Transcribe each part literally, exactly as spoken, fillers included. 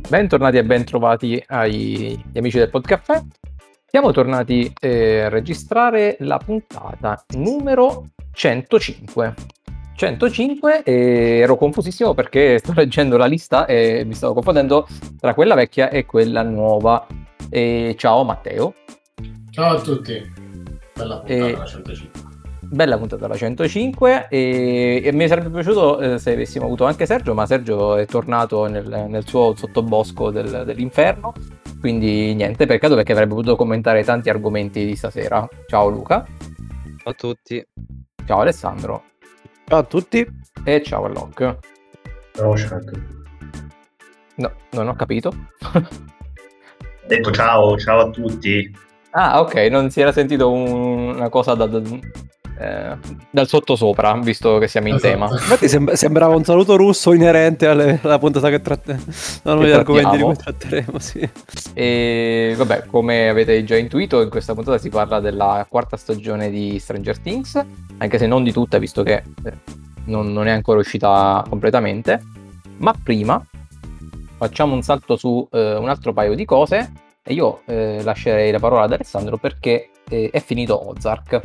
Bentornati e bentrovati agli amici del Podcaffè. Siamo tornati eh, a registrare la puntata numero centocinque. centocinque e ero confusissimo perché sto leggendo la lista e mi stavo confondendo tra quella vecchia e quella nuova. E ciao Matteo. Ciao a tutti. Bella puntata E... la centocinque. Bella puntata la centocinque e, e mi sarebbe piaciuto eh, se avessimo avuto anche Sergio, ma Sergio è tornato nel, nel suo sottobosco del, dell'inferno, quindi niente, peccato perché avrebbe potuto commentare tanti argomenti di stasera. Ciao Luca. Ciao a tutti. Ciao Alessandro. Ciao a tutti. E ciao Alok. Ciao, ciao a tutti. No, non ho capito. Ho detto ciao, ciao a tutti. Ah, ok, non si era sentito un, una cosa da, da, eh, dal sottosopra, visto che siamo in Esatto. tema. Infatti sem- sembrava un saluto russo inerente alle- alla puntata che trattiamo. Non Che gli argomenti di trattiamo. cui tratteremo, sì. E vabbè, come avete già intuito, in questa puntata si parla della quarta stagione di Stranger Things, anche se non di tutta, visto che eh, non, non è ancora uscita completamente. Ma prima facciamo un salto su eh, un altro paio di cose e io eh, lascerei la parola ad Alessandro perché eh, è finito Ozark.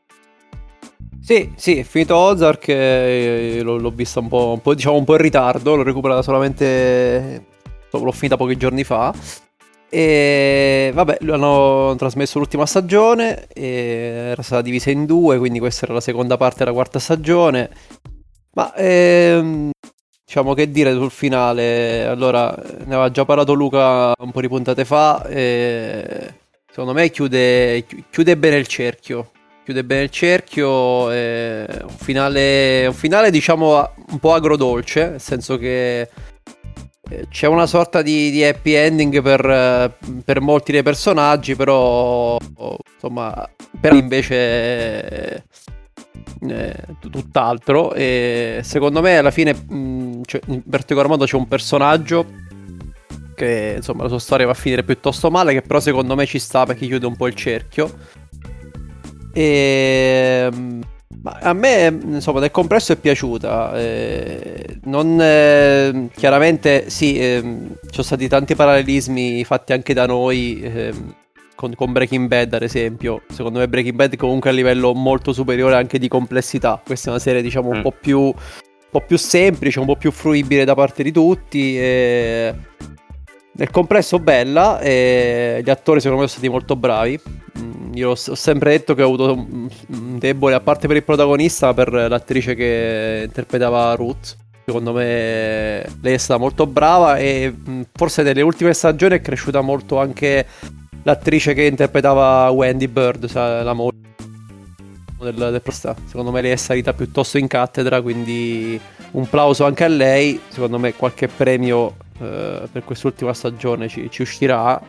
Sì, sì, è finito Ozark, eh, l'ho, l'ho vista un po', un po', diciamo un po' in ritardo, l'ho recuperata solamente, l'ho finita pochi giorni fa. E vabbè, hanno trasmesso l'ultima stagione, e era stata divisa in due, quindi questa era la seconda parte della quarta stagione. Ma ehm, diciamo, che dire sul finale? Allora, ne aveva già parlato Luca un po' di puntate fa, e secondo me chiude, chi- chiude bene il cerchio. Chiude bene il cerchio, è un finale, un finale diciamo un po' agrodolce, nel senso che eh, c'è una sorta di, di happy ending per, eh, per molti dei personaggi, però insomma per invece eh, t- tutt'altro. E secondo me alla fine mh, cioè, in particolar modo c'è un personaggio che insomma la sua storia va a finire piuttosto male, che però secondo me ci sta perché chiude un po' il cerchio. E ma a me insomma nel complesso è piaciuta, eh, non eh, chiaramente sì, ehm, ci sono stati tanti parallelismi fatti anche da noi, ehm, con, con Breaking Bad ad esempio. Secondo me Breaking Bad comunque a livello molto superiore anche di complessità. Questa è una serie diciamo un Mm. po' più un po' più semplice, un po' più fruibile da parte di tutti, e nel complesso bella, e gli attori secondo me sono stati molto bravi. Mm, Io ho, ho sempre detto che ho avuto un un debole, a parte per il protagonista, per l'attrice che interpretava Ruth. Secondo me lei è stata molto brava, e mh, forse nelle ultime stagioni è cresciuta molto anche l'attrice che interpretava Wendy Bird, sa- la moglie del, del protagonista. Secondo me lei è salita piuttosto in cattedra, quindi un plauso anche a lei. Secondo me qualche premio eh, per quest'ultima stagione ci, ci uscirà.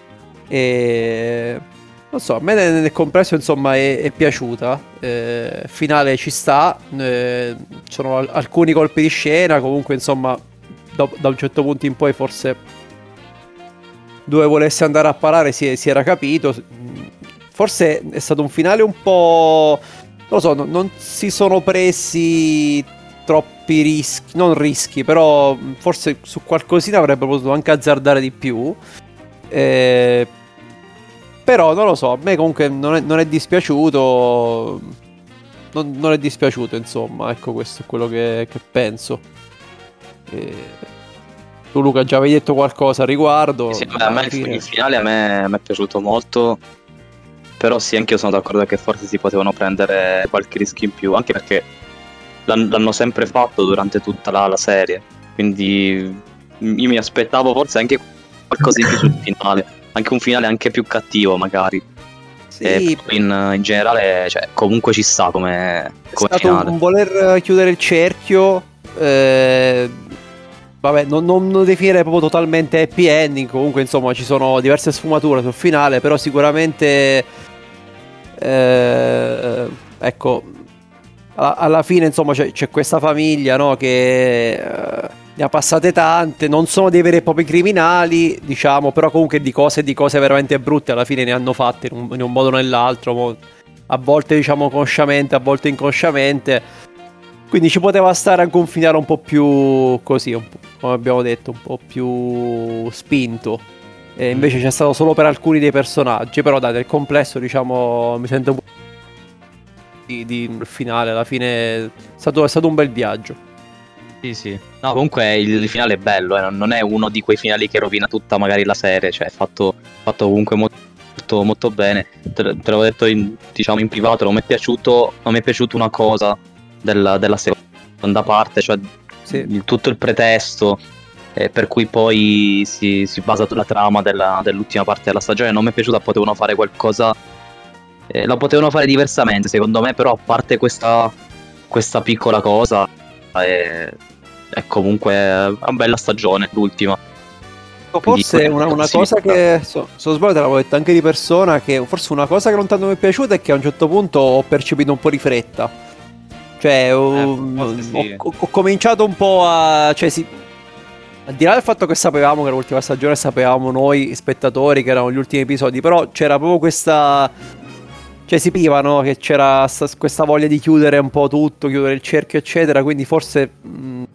E non so, a me nel, nel complesso insomma è, è piaciuta. Eh, finale ci sta, eh, ci sono al- alcuni colpi di scena, comunque insomma da, da un certo punto in poi forse dove volesse andare a parare si, è- si era capito. Forse è stato un finale un po', non lo so, non, non si sono presi troppi rischi, non rischi, però forse su qualcosina avrebbe potuto anche azzardare di più. Eh, però non lo so, a me comunque non è, non è dispiaciuto, non, non è dispiaciuto insomma, ecco, questo è quello che, che penso. Eh, tu Luca già avevi detto qualcosa a riguardo. Sì, beh, a me alla il, fine- il finale a me, a me è piaciuto molto, però sì, anche io sono d'accordo che forse si potevano prendere qualche rischio in più, anche perché l'han- l'hanno sempre fatto durante tutta la, la serie, quindi io mi aspettavo forse anche qualcosa in più sul finale, anche un finale anche più cattivo magari. Sì, E poi in, in generale, cioè, comunque ci sta come, è come stato finale. un voler chiudere il cerchio. eh, Vabbè, non, non lo definirei proprio totalmente happy ending. Comunque, insomma, ci sono diverse sfumature sul finale. Però sicuramente, eh, ecco, a- alla fine, insomma, c'è, c'è questa famiglia, no, che eh, ne ha passate tante. Non sono dei veri e propri criminali, diciamo, però comunque di cose di cose veramente brutte alla fine ne hanno fatte in un, in un modo o nell'altro. mo- A volte, diciamo, consciamente, a volte inconsciamente. Quindi ci poteva stare anche un finale un po' più così, un po', come abbiamo detto, un po' più spinto. E invece c'è stato solo per alcuni dei personaggi. Però dai, nel complesso, diciamo, mi sento un po' di, di il finale. Alla fine è stato, è stato un bel viaggio. Sì, sì. No, comunque il, il finale è bello, eh, non, non è uno di quei finali che rovina tutta magari la serie, cioè è fatto, fatto comunque molto, molto bene. Te, te l'avevo detto in, diciamo in privato, non mi è piaciuto, non mi è piaciuto una cosa della, della seconda parte, cioè Sì. il, tutto il pretesto eh, per cui poi si, si basa la trama della, dell'ultima parte della stagione. Non mi è piaciuta, potevano fare qualcosa, eh, lo potevano fare diversamente secondo me, però a parte questa, questa piccola cosa eh, è comunque una bella stagione l'ultima. Forse Quindi, una, una sì, cosa sì. che, so, se non sbaglio te l'avevo detto anche di persona, che forse una cosa che non tanto mi è piaciuta è che a un certo punto ho percepito un po' di fretta. Cioè ho, forse sì. ho- ho cominciato un po' a... Cioè sì, al di là del fatto che sapevamo che era l'ultima stagione, sapevamo noi spettatori che erano gli ultimi episodi, però c'era proprio questa... Cioè si capiva, no? Che c'era sta- questa voglia di chiudere un po' tutto, chiudere il cerchio eccetera, quindi forse... mh,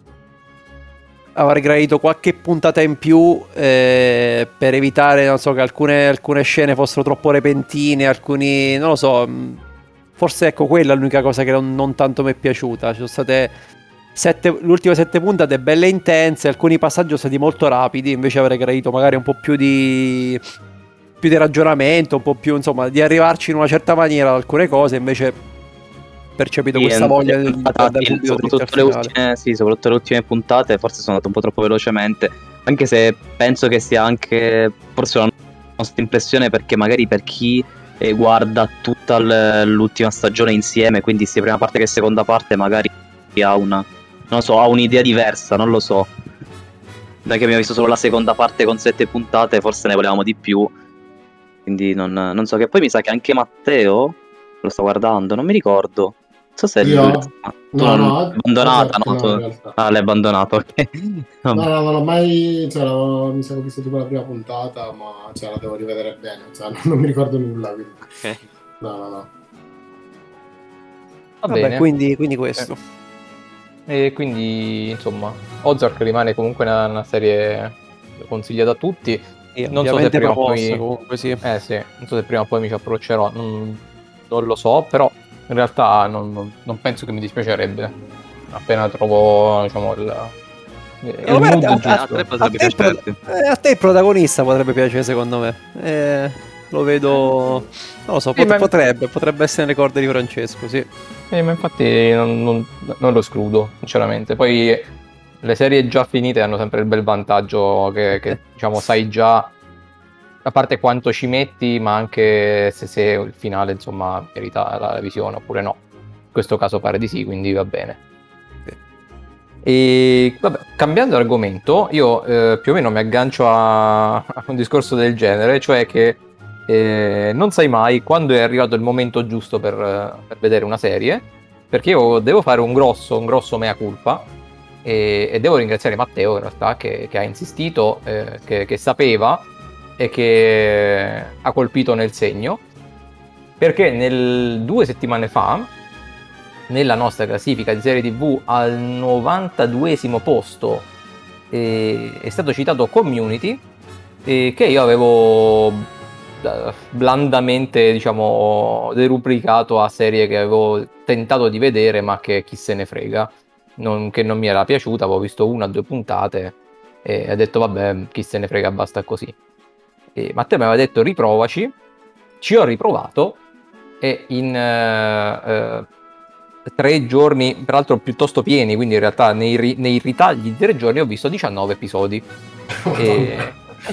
avrei gradito qualche puntata in più eh, per evitare, non so, che alcune, alcune scene fossero troppo repentine, alcuni, non lo so, mh, forse ecco quella è l'unica cosa che non, non tanto mi è piaciuta. Ci sono state sette, le ultime sette puntate belle intense, alcuni passaggi sono stati molto rapidi, invece avrei gradito magari un po' più di più di ragionamento, un po' più, insomma, di arrivarci in una certa maniera ad alcune cose, invece percepito Sì, questa eh, voglia di infatti, andare subito dritti al soprattutto le finale. ultime, sì, soprattutto le ultime puntate forse sono andate un po' troppo velocemente, anche se penso che sia anche forse una nostra impressione, perché magari per chi eh, guarda tutta l- l'ultima stagione insieme, quindi sia prima parte che seconda parte, magari ha una, non so, ha un'idea diversa, non lo so. Noi che abbiamo visto solo la seconda parte con sette puntate, forse ne volevamo di più, quindi non, non so. Che poi mi sa che anche Matteo lo sta guardando, non mi ricordo. Non so se Io? lui- tu No, non no, abbandonata, esatto, no? no, Tu... in realtà. Ah, l'hai abbandonato, ok. No, Vabbè. no, non l'ho mai, cioè, l'ho- mi sa che ho visto tipo la prima puntata, ma cioè, la devo rivedere bene, cioè, non, non mi ricordo nulla, quindi. Ok. No, no, no. Va Vabbè, bene. quindi, quindi questo. E quindi, insomma, Ozark rimane comunque una, una serie consigliata a tutti. Sì, Non so se ovviamente prima o proposta, poi... comunque sì. Eh sì, non so se prima o poi mi ci approccerò, non, non lo so, però in realtà non, non- non penso che mi dispiacerebbe. Appena trovo, diciamo, il, il Eh, vabbè, mood a- a- giusto. A te A potrebbe te, il pro- piacerti. eh, a te il protagonista potrebbe piacere secondo me. Eh, lo vedo... Non lo so, Sì, pot- ma- potrebbe, potrebbe essere nelle corde di Francesco, sì. Eh, ma infatti non, non- non lo escludo, sinceramente. Poi le serie già finite hanno sempre il bel vantaggio che, che, diciamo, sai già, a parte quanto ci metti, ma anche se, se il finale, insomma, merita la, la visione oppure no. In questo caso pare di sì, quindi va bene. Sì. E vabbè, cambiando argomento, io eh, più o meno mi aggancio a, a un discorso del genere, cioè che eh, non sai mai quando è arrivato il momento giusto per, eh, per vedere una serie, perché io devo fare un grosso, un grosso mea culpa e, e devo ringraziare Matteo in realtà che, che ha insistito, eh, che, che sapeva e che ha colpito nel segno, perché nel, due settimane fa, nella nostra classifica di serie tv al novantaduesimo posto eh, è stato citato Community, eh, che io avevo eh, blandamente, diciamo, derubricato a serie che avevo tentato di vedere ma che chi se ne frega, non- che non mi era piaciuta, avevo visto una o due puntate e ho detto vabbè, chi se ne frega, basta così. E Matteo mi aveva detto riprovaci, ci ho riprovato e in eh, eh, tre giorni, peraltro piuttosto pieni, quindi in realtà nei, ri- nei ritagli di tre giorni ho visto diciannove episodi. E,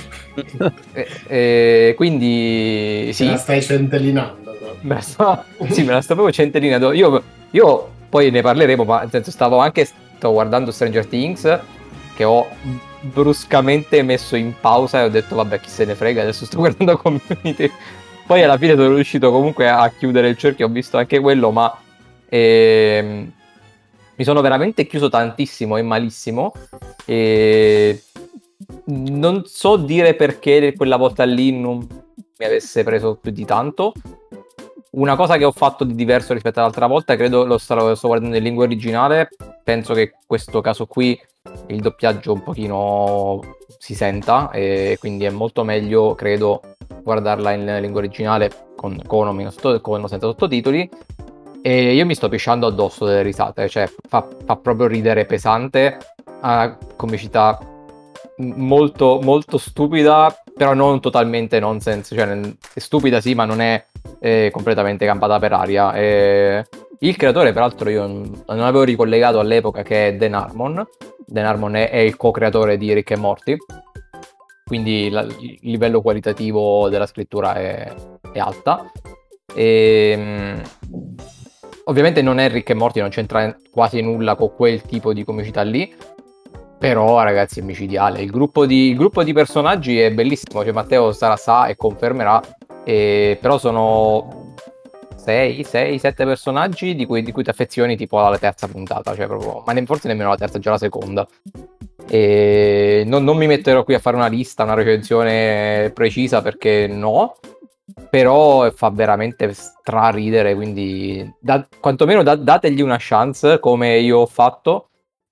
e- e quindi Ce la sì, stai centellinando. proprio. me la sto, sì, me la sto proprio centellinando. Io, io poi ne parleremo, ma nel senso stavo anche sto guardando Stranger Things, che ho bruscamente messo in pausa e ho detto vabbè, chi se ne frega, adesso sto guardando Community. Poi alla fine sono riuscito comunque a chiudere il cerchio, ho visto anche quello, ma ehm, mi sono veramente chiuso tantissimo e malissimo. E non so dire perché quella volta lì non mi avesse preso più di tanto. Una cosa che ho fatto di diverso rispetto all'altra volta, credo lo sto, lo sto guardando in lingua originale, penso che questo caso qui il doppiaggio un pochino si senta, e quindi è molto meglio, credo, guardarla in lingua originale con, con o meno sotto, con o senza sottotitoli. E io mi sto pisciando addosso delle risate, cioè fa, fa proprio ridere pesante, ha comicità molto molto stupida, però non totalmente nonsense, cioè è stupida sì, ma non è eh, completamente campata per aria. E il creatore, peraltro, io non avevo ricollegato all'epoca, che è Dan Harmon. Dan Harmon è, è il co-creatore di Rick e Morty, quindi la, il livello qualitativo della scrittura è, è alta. E ovviamente non è Rick e Morty, non c'entra quasi nulla con quel tipo di comicità lì, però ragazzi è micidiale. Il gruppo di, il gruppo di personaggi è bellissimo, cioè Matteo sarà sa e confermerà, e però sono sei, sei, sette personaggi di cui, di cui ti affezioni tipo alla terza puntata, cioè proprio, ma ne, forse nemmeno la terza, già la seconda. E non, non mi metterò qui a fare una lista, una recensione precisa, perché no, però fa veramente straridere, quindi da, quantomeno da, dategli una chance come io ho fatto,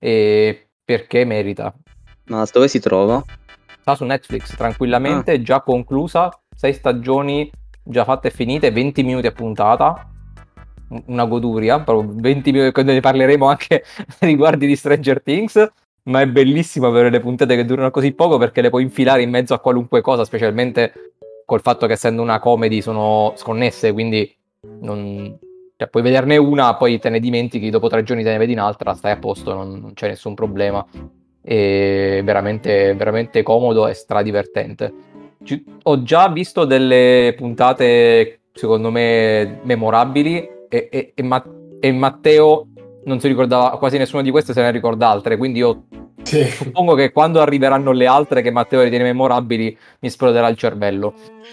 e perché merita. Ma dove si trova? Sta su Netflix tranquillamente, ah. già conclusa, sei stagioni già fatte e finite, venti minuti a puntata, una goduria, proprio venti minuti, quando ne parleremo anche riguardi di Stranger Things, ma è bellissimo avere le puntate che durano così poco, perché le puoi infilare in mezzo a qualunque cosa, specialmente col fatto che essendo una comedy sono sconnesse, quindi non, cioè, puoi vederne una, poi te ne dimentichi, dopo tre giorni te ne vedi un'altra, stai a posto, non, non c'è nessun problema. È veramente, veramente comodo e stradivertente. Ci, ho già visto delle puntate secondo me memorabili, e, e, e, Ma, e Matteo non si ricordava quasi nessuna di queste, se ne ricorda altre, quindi io sì. suppongo che quando arriveranno le altre che Matteo ritiene memorabili mi esploderà il cervello.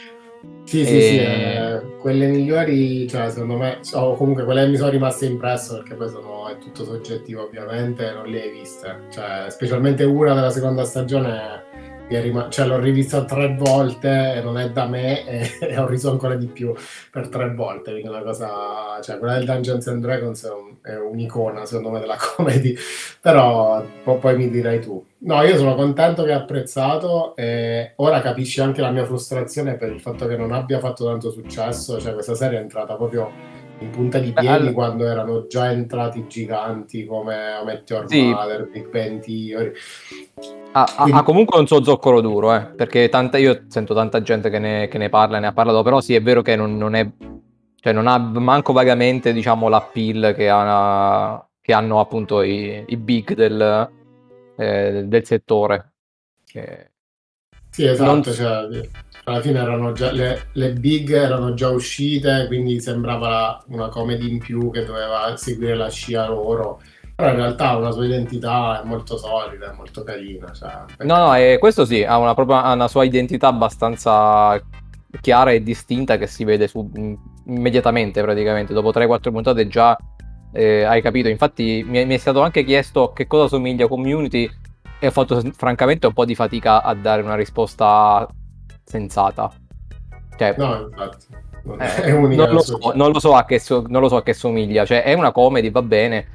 Sì, sì, e... sì, eh, quelle migliori, cioè secondo me, o comunque quelle che mi sono rimaste impresso, perché poi sono, è tutto soggettivo ovviamente, non le hai viste, cioè specialmente una della seconda stagione mi è rim- cioè l'ho rivista tre volte e non è da me, e, e ho riso ancora di più per tre volte, quindi una cosa, cioè quella del Dungeons and Dragons è, un, è un'icona secondo me della comedy, però po- poi mi dirai tu. No, io sono contento che hai apprezzato, e ora capisci anche la mia frustrazione per il fatto che non abbia fatto tanto successo, cioè questa serie è entrata proprio in punta di piedi Beh, all... quando erano già entrati giganti come Meteor sì. Mother, Big Bang Theory. Ha, Quindi... ha comunque un suo zoccolo duro, eh, perché tanta, io sento tanta gente che ne, che ne parla, ne ha parlato, però sì, è vero che non, non è, cioè non ha manco vagamente, diciamo, l'appeal che, ha, che hanno appunto i, i big del, eh, del settore. Che... Sì, esatto, non... cioè, alla fine erano già, le, le big erano già uscite, quindi sembrava una comedy in più che doveva seguire la scia loro. Però in realtà ha una sua identità, è molto solida, è molto carina. Cioè, no, no, e questo sì, ha una, propria, ha una sua identità abbastanza chiara e distinta, che si vede su, immediatamente praticamente. Dopo tre quattro puntate già eh, hai capito. Infatti mi è, mi è stato anche chiesto che cosa somiglia Community, e ho fatto francamente un po' di fatica a dare una risposta sensata. Cioè, no, infatti. Non, eh, è unica non, lo so, non lo so a che so, non lo so a che somiglia. Cioè, è una comedy, va bene,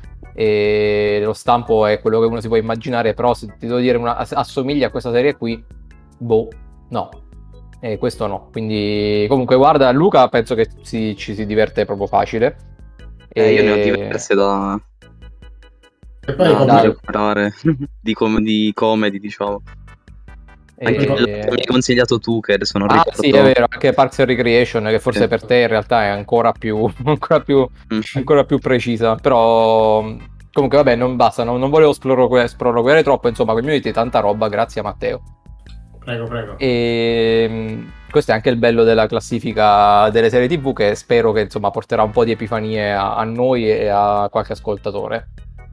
e lo stampo è quello che uno si può immaginare, però se ti devo dire una, assomiglia a questa serie qui, boh, no, e questo no. Quindi comunque guarda, Luca penso che si, ci si diverte proprio facile, eh, e io ne ho diverse da e poi no, da recuperare di, com- di comedy, diciamo. Anche e... che mi hai consigliato tu, che adesso non ah, ricordo. Sì, è vero, anche Parks and Recreation, che forse sì. per te in realtà è ancora più ancora più, mm. ancora più precisa, però comunque vabbè, non basta, non, non volevo sproloquiare troppo, insomma, Community tanta roba, grazie a Matteo. Prego, prego. E questo è anche il bello della classifica delle serie tivù, che spero che insomma porterà un po' di epifanie a, a noi e a qualche ascoltatore.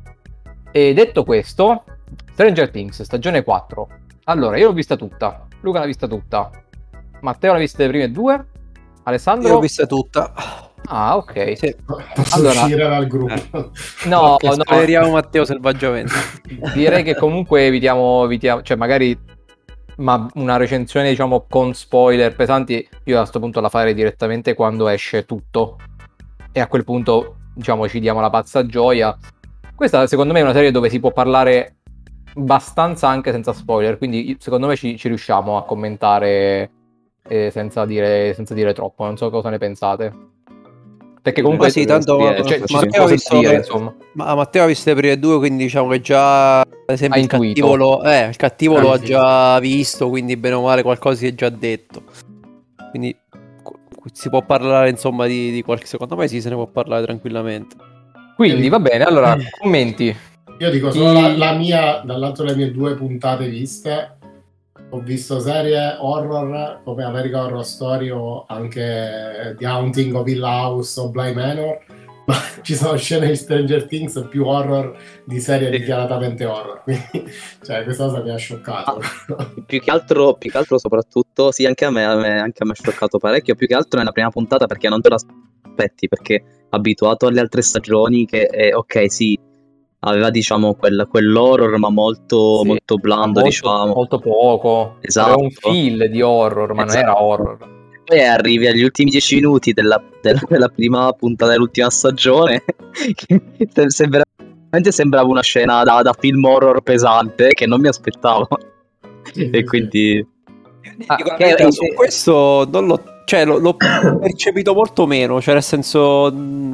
E detto questo, Stranger Things, stagione quattro. Allora, io l'ho vista tutta, Luca l'ha vista tutta, Matteo l'ha vista le prime due, Alessandro? Io l'ho vista tutta. Ah, ok. Sì. Posso allora... uscire dal gruppo? Eh. No, no. Speriamo Matteo selvaggiamente. Direi che comunque evitiamo, evitiamo, cioè magari, ma una recensione diciamo con spoiler pesanti, io a questo punto la farei direttamente quando esce tutto, e a quel punto diciamo ci diamo la pazza gioia. Questa secondo me è una serie dove si può parlare abbastanza anche senza spoiler, quindi secondo me ci, ci riusciamo a commentare eh, senza dire, senza dire troppo, non so cosa ne pensate. Perché comunque sì, tanto cioè, ma, ci Matteo, ha visto, dire, insomma. Ma Matteo ha visto le prime due, quindi diciamo che già ad esempio Ha il cattivo, lo, eh, il cattivo lo ha già visto, quindi bene o male qualcosa si è già detto. Quindi si può parlare insomma di, di qualche, secondo me sì, se ne può parlare tranquillamente. Quindi va bene, allora commenti. Io dico solo la, la mia, dall'altro le mie due puntate viste. Ho visto serie horror come American Horror Story o anche The Haunting of Hill House o Bly Manor, ma ci sono scene di Stranger Things più horror di serie dichiaratamente horror, quindi cioè, questa cosa mi ha scioccato. Ah, più che altro, più che altro soprattutto, sì, anche a me, a me anche a me ha scioccato parecchio, più che altro nella prima puntata perché non te lo aspetti, perché abituato alle altre stagioni che eh, ok sì, aveva diciamo quel, quell'horror ma molto, Sì, molto blando, molto, diciamo. molto poco. Esatto. Aveva un feel di horror, ma esatto. non era horror. Poi arrivi agli ultimi dieci minuti della, della, della prima puntata dell'ultima stagione che se veramente sembrava una scena da, da film horror pesante che non mi aspettavo. Sì, e sì, quindi ah, che, che, che, su questo non l'ho, cioè, l'ho, l'ho percepito molto meno, cioè nel senso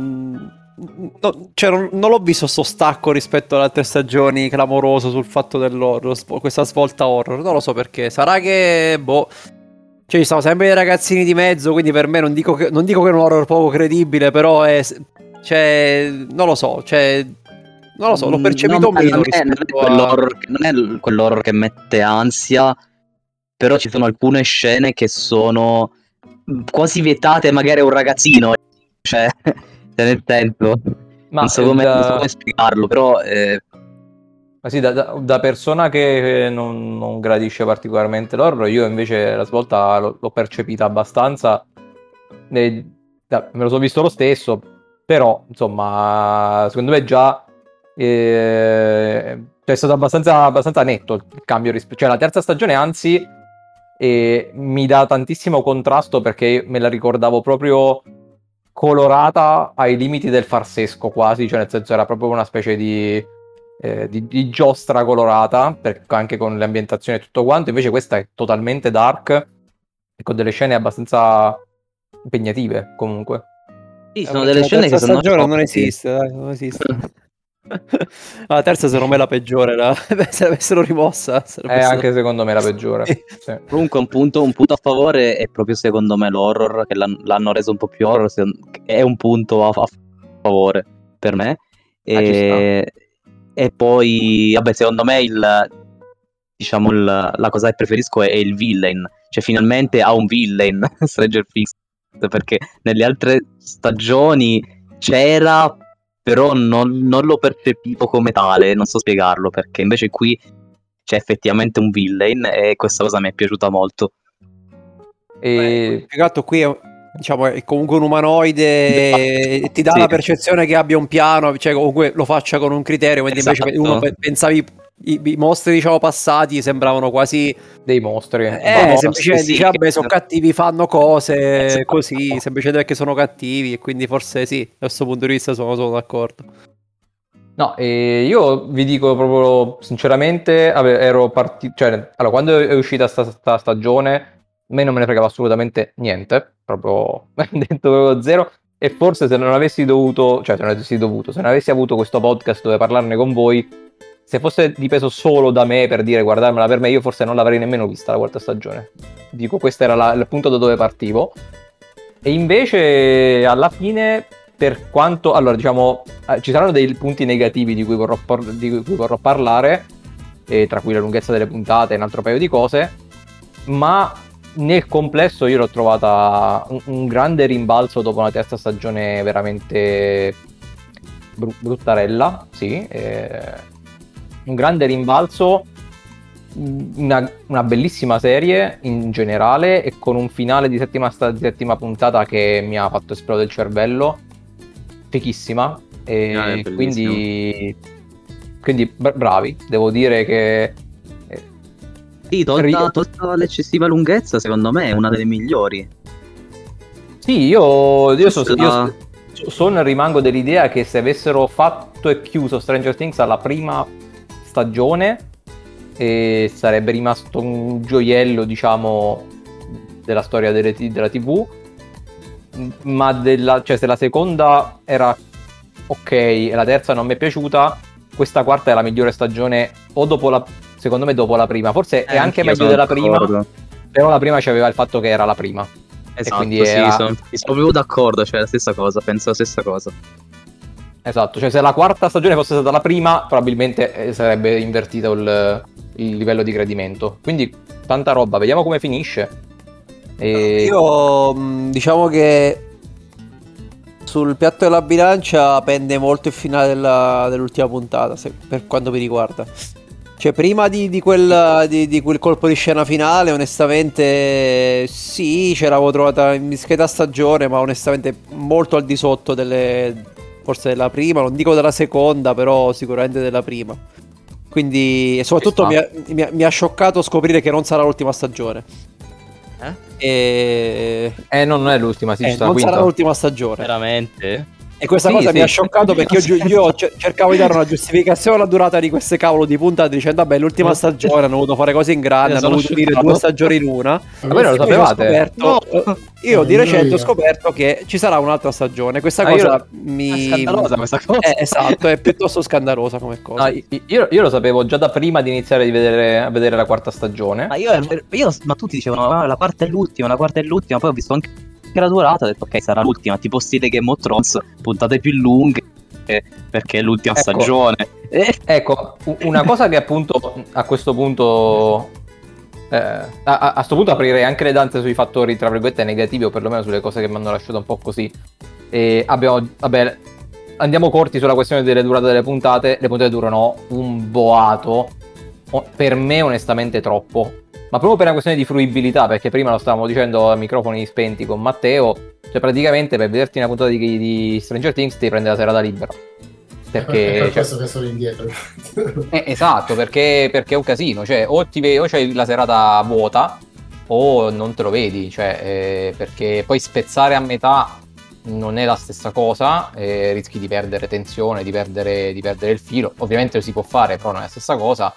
no, cioè, non, non l'ho visto sto stacco rispetto alle altre stagioni clamoroso sul fatto dell'horror, questa svolta horror, non lo so perché, sarà che boh, cioè ci stanno sempre dei ragazzini di mezzo, quindi per me non dico che, non dico che è un horror poco credibile, però è, cioè, non lo so, cioè non lo so, l'ho percepito non, meno non è, non è, quell'horror, a... non è quell'horror che mette ansia, però ci sono alcune scene che sono quasi vietate magari a un ragazzino, cioè nel senso ma non so come, da... non so come spiegarlo, però eh... ma sì, da, da, da persona che non, non gradisce particolarmente l'horror, io invece la svolta l'ho, l'ho percepita abbastanza, e, da, me lo sono visto lo stesso, però insomma secondo me già eh, è stato abbastanza, abbastanza netto il cambio rispetto, cioè la terza stagione anzi eh, mi dà tantissimo contrasto perché me la ricordavo proprio colorata ai limiti del farsesco quasi, cioè nel senso era proprio una specie di, eh, di, di giostra colorata, per, anche con le ambientazioni e tutto quanto, invece questa è totalmente dark e con delle scene abbastanza impegnative comunque. Sì, sono delle scene che sono stagione non esiste, dai, non esiste. La terza secondo me è la peggiore, la... se l'avessero rimossa è eh, anche secondo me la peggiore. Sì. Comunque un punto, un punto a favore è proprio secondo me l'horror, che l'hanno, l'hanno reso un po' più horror, è un punto a, a favore per me. E, ah, e poi vabbè, secondo me il diciamo il, la cosa che preferisco è, è il villain, cioè finalmente ha un villain Stranger Things, perché nelle altre stagioni c'era, però non, non lo percepivo come tale, non so spiegarlo, perché invece qui c'è effettivamente un villain e questa cosa mi è piaciuta molto. E più che altro qui è, diciamo, è comunque un umanoide e ti dà sì. la percezione che abbia un piano, cioè comunque lo faccia con un criterio, mentre esatto. invece uno pensavi i, i mostri diciamo passati sembravano quasi dei mostri, eh, semplicemente sì, dice vabbè sono cattivi, fanno cose esatto. così, semplicemente perché sono cattivi, e quindi forse sì, da questo punto di vista sono, sono d'accordo. No, e io vi dico proprio sinceramente, ero partito, cioè allora quando è uscita sta, sta stagione a me non me ne fregava assolutamente niente, proprio detto proprio zero, e forse se non avessi dovuto, cioè se non avessi dovuto, se non avessi avuto questo podcast dove parlarne con voi, se fosse dipeso solo da me per dire guardarmela per me, io forse non l'avrei nemmeno vista la quarta stagione. Dico, questo era la, il punto da dove partivo. E invece alla fine, per quanto, allora diciamo, ci saranno dei punti negativi di cui vorrò, di cui vorrò parlare, eh, tra cui la lunghezza delle puntate e un altro paio di cose, ma nel complesso io l'ho trovata un, un grande rimbalzo dopo una terza stagione veramente br- bruttarella, sì, eh, un grande rimbalzo, una, una bellissima serie in generale e con un finale di settima, sta- di settima puntata che mi ha fatto esplodere il cervello, fichissima, e ah, quindi, quindi bravi, devo dire che sì, tolta, tolta l'eccessiva lunghezza, secondo me è una delle migliori. Sì, io, io, so, io sono rimango dell'idea che se avessero fatto e chiuso Stranger Things alla prima stagione e sarebbe rimasto un gioiello, diciamo, della storia delle t- della tivù, ma della, cioè se la seconda era ok e la terza non mi è piaciuta, questa quarta è la migliore stagione, o dopo la, secondo me dopo la prima, forse Eh, è anche anch'io meglio sono della prima, d'accordo. però la prima c'aveva il fatto che era la prima. Esatto, quindi sì, era- sono, sono proprio d'accordo, cioè la stessa cosa, penso la stessa cosa. Esatto, cioè se la quarta stagione fosse stata la prima, probabilmente eh, sarebbe invertito il, il livello di gradimento. Quindi tanta roba, vediamo come finisce. E... Io mh, diciamo che sul piatto della bilancia pende molto il finale della- dell'ultima puntata, se- per quanto mi riguarda. Cioè, prima di, di quel, di, di quel colpo di scena finale, onestamente, sì, ce l'avevo trovata in discreta stagione, ma onestamente molto al di sotto delle, forse della prima, non dico della seconda, però sicuramente della prima. Quindi, e soprattutto mi ha, mi ha- mi ha scioccato scoprire che non sarà l'ultima stagione. Eh? E... Eh, no, non è l'ultima, sì, eh, ci sta la non quinta. sarà l'ultima stagione. Veramente? E questa Sì, cosa sì. mi ha scioccato perché io, gi- io cer- cercavo di dare una giustificazione alla durata di queste cavolo di puntate dicendo vabbè l'ultima stagione hanno voluto fare cose in grande, Eh, hanno sono voluto dire scioccato. due stagioni in una. Ma voi non lo Invece ho sapevate? scoperto- No. io di No, recente io. ho scoperto che ci sarà un'altra stagione. Questa Ah, io cosa lo- mi... È scandalosa questa cosa. Eh, esatto, è piuttosto scandalosa come cosa. No, io, io- io lo sapevo già da prima di iniziare di vedere, a vedere la quarta stagione. Ma io, io- ma tutti dicevano "Ah, la quarta è l'ultima, la quarta è l'ultima", poi ho visto anche la durata, ho detto ok sarà l'ultima, tipo stile Game of Thrones, puntate più lunghe eh, perché è l'ultima Ecco. stagione. Eh, Ecco, u- una cosa che appunto a questo punto eh, a, a, a sto punto aprirei anche le danze sui fattori tra virgolette negativi, o perlomeno sulle cose che mi hanno lasciato un po' così. E abbiamo, vabbè, andiamo corti sulla questione delle durate delle puntate. Le puntate durano un boato, o- per me onestamente troppo, ma proprio per una questione di fruibilità, perché prima lo stavamo dicendo a microfoni spenti con Matteo, cioè praticamente per vederti una puntata di, di Stranger Things ti prende la serata libera. È per Perché cioè, questo che sono indietro. eh, esatto, perché, perché è un casino, cioè o, ti ve- o c'hai la serata vuota o non te lo vedi, cioè, eh, perché poi spezzare a metà non è la stessa cosa, eh, rischi di perdere tensione, di perdere, di perdere il filo. Ovviamente lo si può fare, però non è la stessa cosa,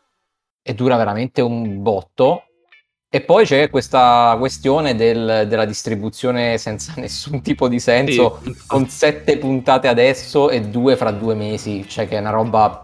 e dura veramente un botto. E poi c'è questa questione del- della distribuzione senza nessun tipo di senso, sì. con sette puntate adesso e due fra due mesi, cioè che è una roba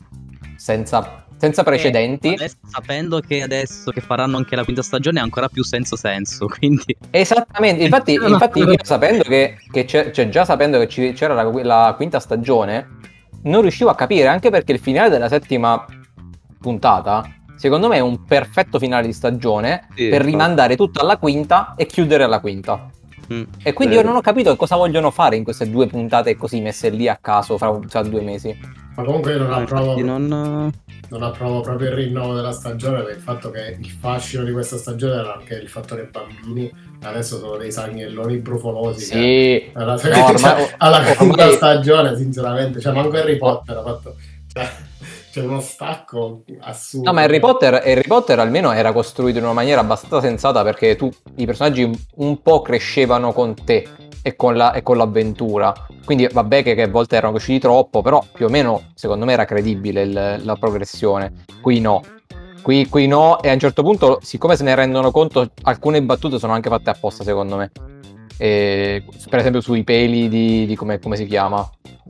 senza, senza precedenti. Adesso, sapendo che adesso che faranno anche la quinta stagione ha ancora più senso senso, quindi Esattamente, infatti, No. infatti io sapendo che, che c'è, cioè già sapendo che ci- c'era la, la quinta stagione, non riuscivo a capire, anche perché il finale della settima puntata, secondo me è un perfetto finale di stagione Sì, per infatti. rimandare tutto alla quinta e chiudere alla quinta. Mm. E quindi io non ho capito cosa vogliono fare in queste due puntate così messe lì a caso fra, fra due mesi. Ma comunque io non No, approvo, infatti non non approvo proprio il rinnovo della stagione, per il fatto che il fascino di questa stagione era anche il fattore bambini. Adesso sono dei sagnelloni brufolosi che Sì, alla, no, ormai- cioè, alla quinta ormai- stagione sinceramente, cioè manco Harry Potter ha fatto, cioè, c'è uno stacco assurdo. no, ma Harry Potter, Harry Potter almeno era costruito in una maniera abbastanza sensata, perché tu, i personaggi un po' crescevano con te e con, la, e con l'avventura. Quindi vabbè che, che a volte erano cresciuti troppo, però più o meno secondo me era credibile il- la progressione. Qui no. Qui, qui no, e a un certo punto, siccome se ne rendono conto, alcune battute sono anche fatte apposta secondo me. E, per esempio sui peli di, di come, come si chiama.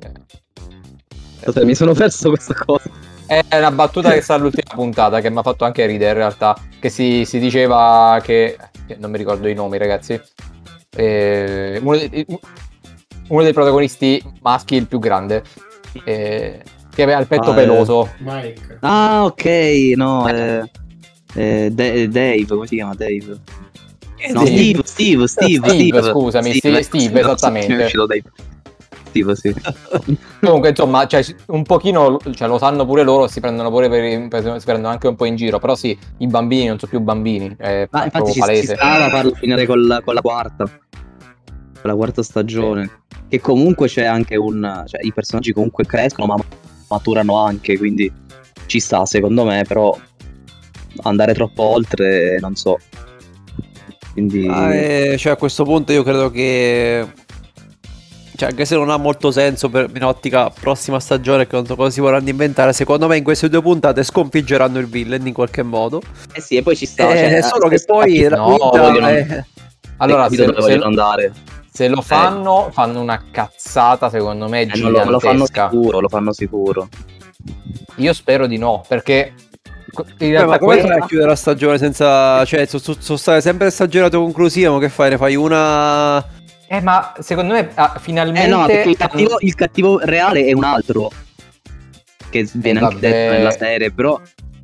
mi sono perso questa cosa. È una battuta che sta all'ultima puntata, che mi ha fatto anche ridere in realtà, che si, si diceva che, che non mi ricordo i nomi ragazzi, eh, uno, dei, uno dei protagonisti maschi, il più grande, eh, che aveva il petto Ah, eh. peloso. Mike. Ah, ok, no, eh, eh, Da- Dave, come si chiama Dave? No, Steve. Steve, Steve, Steve, Steve, scusami, Steve, Steve, no, esattamente. sì, mi è uscito Dave. Steve, sì. Comunque insomma, cioè, un pochino, cioè, lo sanno pure loro, si prendono pure per, per- si prendono anche un po' in giro, però sì, i bambini non sono più bambini, è Ma infatti proprio ci, ci palese. stava per finire con la, con la quarta, con la quarta stagione, che comunque c'è anche un, cioè i personaggi comunque crescono ma maturano anche, quindi ci sta secondo me, però andare troppo oltre non so, quindi Ah, eh, cioè a questo punto io credo che cioè, anche se non ha molto senso per in ottica prossima stagione, che non so cosa si vorranno inventare, secondo me in queste due puntate sconfiggeranno il villain in qualche modo. Eh sì, e poi ci sta. Eh, cioè, solo che poi no, la quinta vogliono- è- Allora, se, se, dove se- vogliono andare. se lo fanno, fanno una cazzata, secondo me, Eh, non lo, lo fanno gigantesca. sicuro, lo fanno sicuro. Io spero di no, perché in Beh, realtà ma come questa- fai a chiudere la stagione senza, cioè, sono so, so state sempre stagionato conclusivo, ma che fai? Ne fai una. Eh, ma secondo me ah, finalmente Eh no, perché il cattivo, il cattivo reale è un altro. Che viene anche vabbè. detto nella serie, però.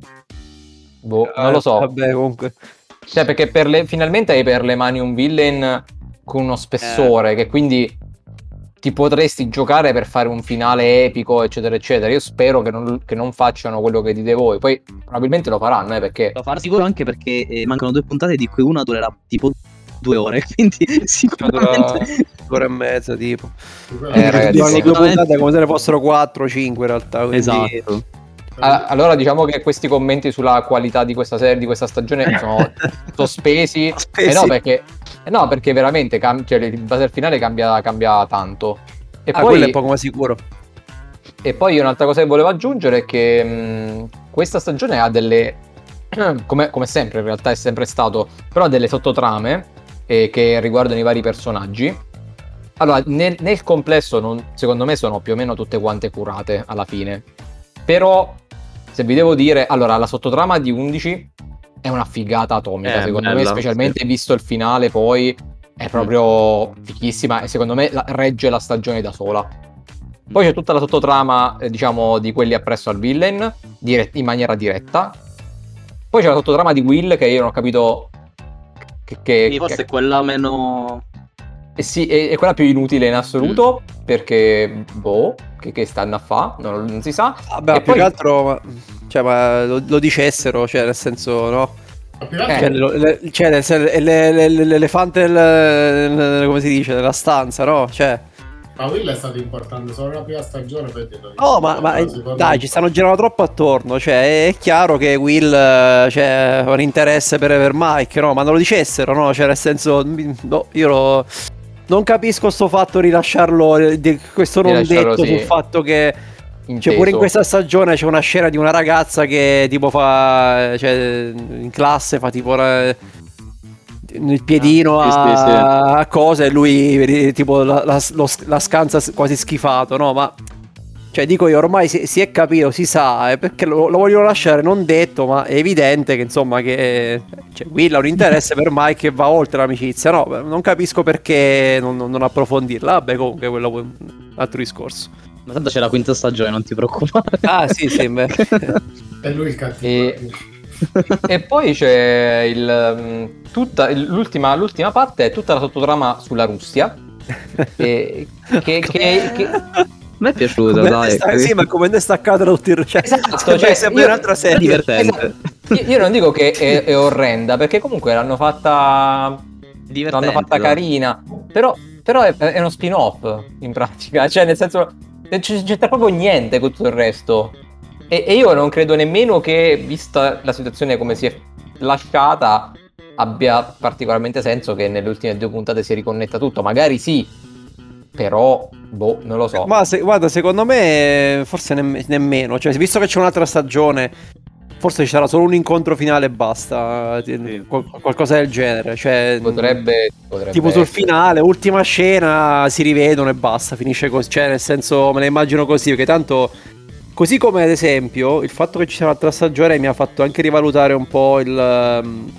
boh, non lo so. Vabbè, comunque. Cioè, perché per le, finalmente hai per le mani un villain con uno spessore, che quindi ti potresti giocare per fare un finale epico, eccetera, eccetera. Io spero che non, che non facciano quello che dite voi. Poi probabilmente lo faranno, eh, perché Lo farò sicuro anche perché eh, mancano due puntate di cui una durerà tipo due ore. Quindi Dura sicuramente. due ore e mezza, tipo. Eh, ragazzi, Durano due sicuramente- puntate come se ne fossero quattro o cinque in realtà. Quindi... Esatto. Ah, allora diciamo che questi commenti sulla qualità di questa serie, di questa stagione sono sospesi. Sospesi. Eh no, perché, eh no, perché veramente cam- cioè, in base al finale cambia, cambia tanto. E Ah, poi, quello è poco ma sicuro. e poi un'altra cosa che volevo aggiungere è che mh, questa stagione ha delle, come, come sempre in realtà è sempre stato, però ha delle sottotrame eh, che riguardano i vari personaggi. Allora, nel, nel complesso non- secondo me sono più o meno tutte quante curate alla fine. Però, se vi devo dire, allora la sottotrama di undici è una figata atomica, Eh, secondo me, bella, specialmente visto il finale poi è proprio fighissima e secondo me la- regge la stagione da sola. Poi c'è tutta la sottotrama, eh, diciamo, di quelli appresso al villain, dire- in maniera diretta. Poi c'è la sottotrama di Will che io non ho capito che... che- Quindi forse che- è quella meno. eh sì, è, è quella più inutile in assoluto, perché, boh, che, che stanno a fa, non, non si sa. Vabbè, E più poi- che altro, ma, cioè, ma lo, lo dicessero, cioè, nel senso, no? Ma più che altro- Cioè, lo- le- cioè, nel sen- le- le- le- l'elefante, nel- nel- come si dice, nella stanza, no? Cioè, Ma Will è stato importante solo la prima stagione, poi ti lo no, ma, ma, la seconda dai, non ci so. stanno girando troppo attorno. Cioè, è chiaro che Will, eh, cioè, ha un interesse per, per Mike, no? Ma non lo dicessero, no? Cioè, nel senso, mi- no, io lo- non capisco sto fatto di lasciarlo, eh, di questo non lasciarlo, detto sì. sul fatto che. Cioè, inteso. pure in questa stagione c'è una scena di una ragazza che tipo fa, cioè, in classe fa tipo la- il piedino Ah, sì, a, sì, sì. a cosa e lui tipo la, la- lo- la scansa quasi schifato, no? Ma cioè dico io, ormai si, si è capito, si sa, eh, perché lo, lo vogliono lasciare non detto, ma è evidente che insomma che cioè, Will ha un interesse per Mike che va oltre l'amicizia, no? Non capisco perché non, non- non approfondirla. Vabbè, comunque quello è un altro discorso. Ma tanto c'è la quinta stagione, non ti preoccupare. Ah, sì, sì, beh. È lui il cattivo. E- E poi c'è il, mh, tutta, l'ultima, l'ultima parte è tutta la sottotrama sulla Russia. e- che, che- che- A me è piaciuta, Come dai. sta- sì, ma come è staccato da tutto il cioè, Esatto, cioè, cioè, sembra io- un'altra È serie. divertente. Esatto. Io, io non dico che è, è orrenda, perché comunque l'hanno fatta, Divertente, l'hanno fatta dai. carina. Però, però è, è uno spin-off in pratica, cioè nel senso c- c'entra proprio niente con tutto il resto. E, e io non credo nemmeno che, vista la situazione come si è lasciata, abbia particolarmente senso che nelle ultime due puntate si riconnetta tutto. Magari sì, però, boh, non lo so. Ma se- guarda, secondo me forse nemm- nemmeno. Cioè, visto che c'è un'altra stagione, forse ci sarà solo un incontro finale e basta. Ti- qual- qualcosa del genere. Cioè, Potrebbe, potrebbe tipo sul essere. finale, ultima scena, si rivedono e basta. Finisce così. Cioè, nel senso, me la immagino così. Perché tanto. Così come ad esempio il fatto che ci sia un'altra stagione mi ha fatto anche rivalutare un po' il. um,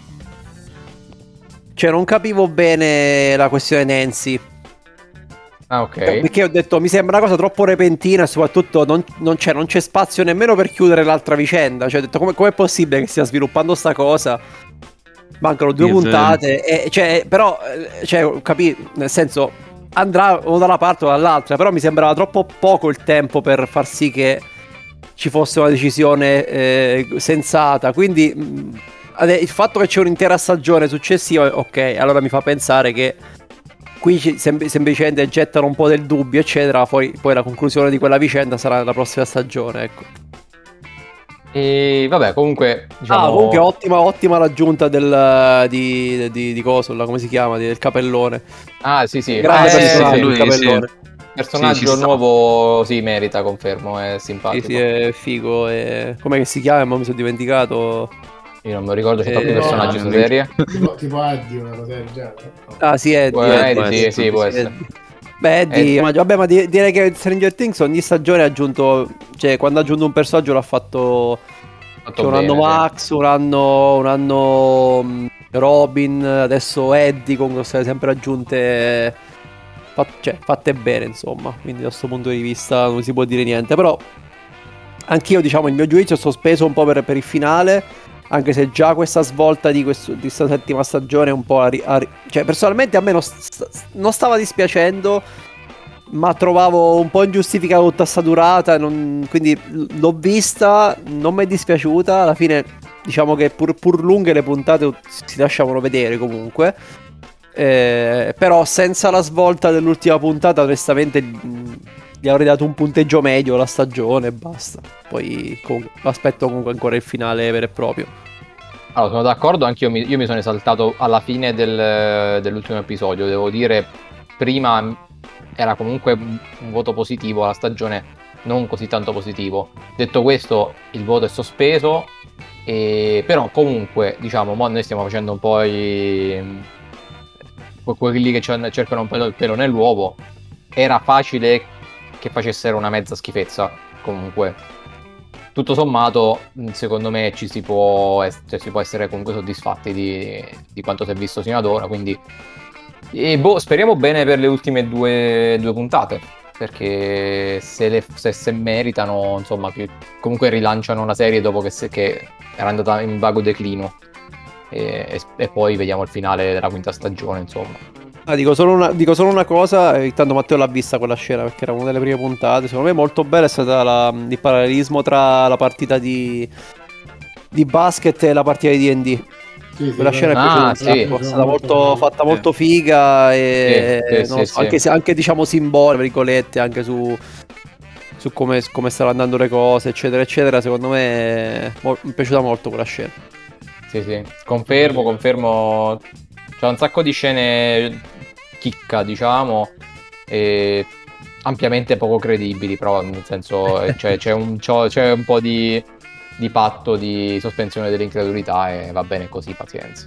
Cioè, non capivo bene la questione Nancy. Ah, ok. Perché ho detto mi sembra una cosa troppo repentina e soprattutto non, non c'è, non c'è spazio nemmeno per chiudere l'altra vicenda. Cioè ho detto come è possibile che stia sviluppando sta cosa? Mancano due Sì, è puntate e, cioè, però eh, cioè, capì, nel senso andrà o da una parte o dall'altra. Però mi sembrava troppo poco il tempo per far sì che ci fosse una decisione eh, sensata. Quindi mh, ade- il fatto che c'è un'intera stagione successiva, ok, allora mi fa pensare che qui ci- sem- semplicemente gettano un po' del dubbio, eccetera. Poi, poi la conclusione di quella vicenda sarà la prossima stagione, ecco. E vabbè, comunque, diciamo... Ah, comunque ottima, ottima l'aggiunta del, di, di, di coso, là, come si chiama, di- del capellone. Ah, sì, sì. Grande Eh, personaggio, sì, lui, il capellone. personaggio Sì, ci sta. nuovo, sì, merita, confermo, è Sì, simpatico. sì, è figo. È... Com'è che si chiama? Ma mi sono dimenticato. Io non mi ricordo, c'è troppi Eh, personaggi no, in no, serie. Tipo, tipo Eddie, una cosa del genere. No. Ah, sì, Eddie. Può- Eddie, Eddie, può sì, essere, sì, può sì, essere. Eddie. Beh, Eddie, Eddie. ma, vabbè, ma di- direi che Stranger Things ogni stagione ha aggiunto, cioè quando ha aggiunto un personaggio l'ha fatto, Fatto cioè, un bene, anno sì. Max, un anno, un anno mh, Robin, adesso Eddie, con queste sempre aggiunte, fat- cioè, fatte bene, insomma, quindi da questo punto di vista non si può dire niente, però anch'io, diciamo, il mio giudizio è sospeso un po' per, per il finale, anche se già questa svolta di, questo, di questa settima stagione è un po'... A ri- a ri- cioè, personalmente a me non, st- non stava dispiacendo, ma trovavo un po' ingiustificata tutta sta durata, non- quindi l- l'ho vista, non mi è dispiaciuta, alla fine diciamo che pur, pur lunghe le puntate si lasciavano vedere comunque. Eh, però senza la svolta dell'ultima puntata onestamente mh, gli avrei dato un punteggio medio alla stagione e basta. Poi comunque, aspetto comunque ancora il finale vero e proprio. Allora, sono d'accordo, anche io mi, io mi sono esaltato alla fine del- dell'ultimo episodio, devo dire, prima era comunque un un voto positivo, la stagione non così tanto positivo. Detto questo, il voto è sospeso, e, però comunque, diciamo, mo noi stiamo facendo un po' i... que- quelli che cer- cercano un po' il pelo nell'uovo. Era facile che facessero una mezza schifezza, comunque. Tutto sommato, mh, secondo me ci si può, es- cioè, si può essere comunque soddisfatti di, di quanto si è visto sino ad ora. Quindi, e boh, speriamo bene per le ultime due, due puntate. Perché se, le- se- se meritano, insomma, che comunque rilanciano la serie dopo che, se- che era andata in vago declino. E, e- e poi vediamo il finale della quinta stagione, insomma. Ah, dico solo una, dico solo una cosa, eh, intanto Matteo l'ha vista quella scena perché era una delle prime puntate. Secondo me molto bella è stata la- il parallelismo tra la partita di, di basket e la partita di D and D. Sì, sì, Quella scena è Ah, piaciuta un sì. sacco, è stata molto, bella. fatta molto figa e Sì, sì, non lo sì, so, sì. anche, se- anche diciamo simbolica, virgolette, anche su, su come, come stanno andando le cose, eccetera, eccetera. Secondo me mo- mi è piaciuta molto quella scena. Sì, sì, confermo, confermo. C'è un sacco di scene chicca, diciamo, e ampiamente poco credibili, però nel senso eh, c'è, c'è un, c'ho- c'è un po' di, di patto di sospensione dell'incredulità e va bene così, pazienza.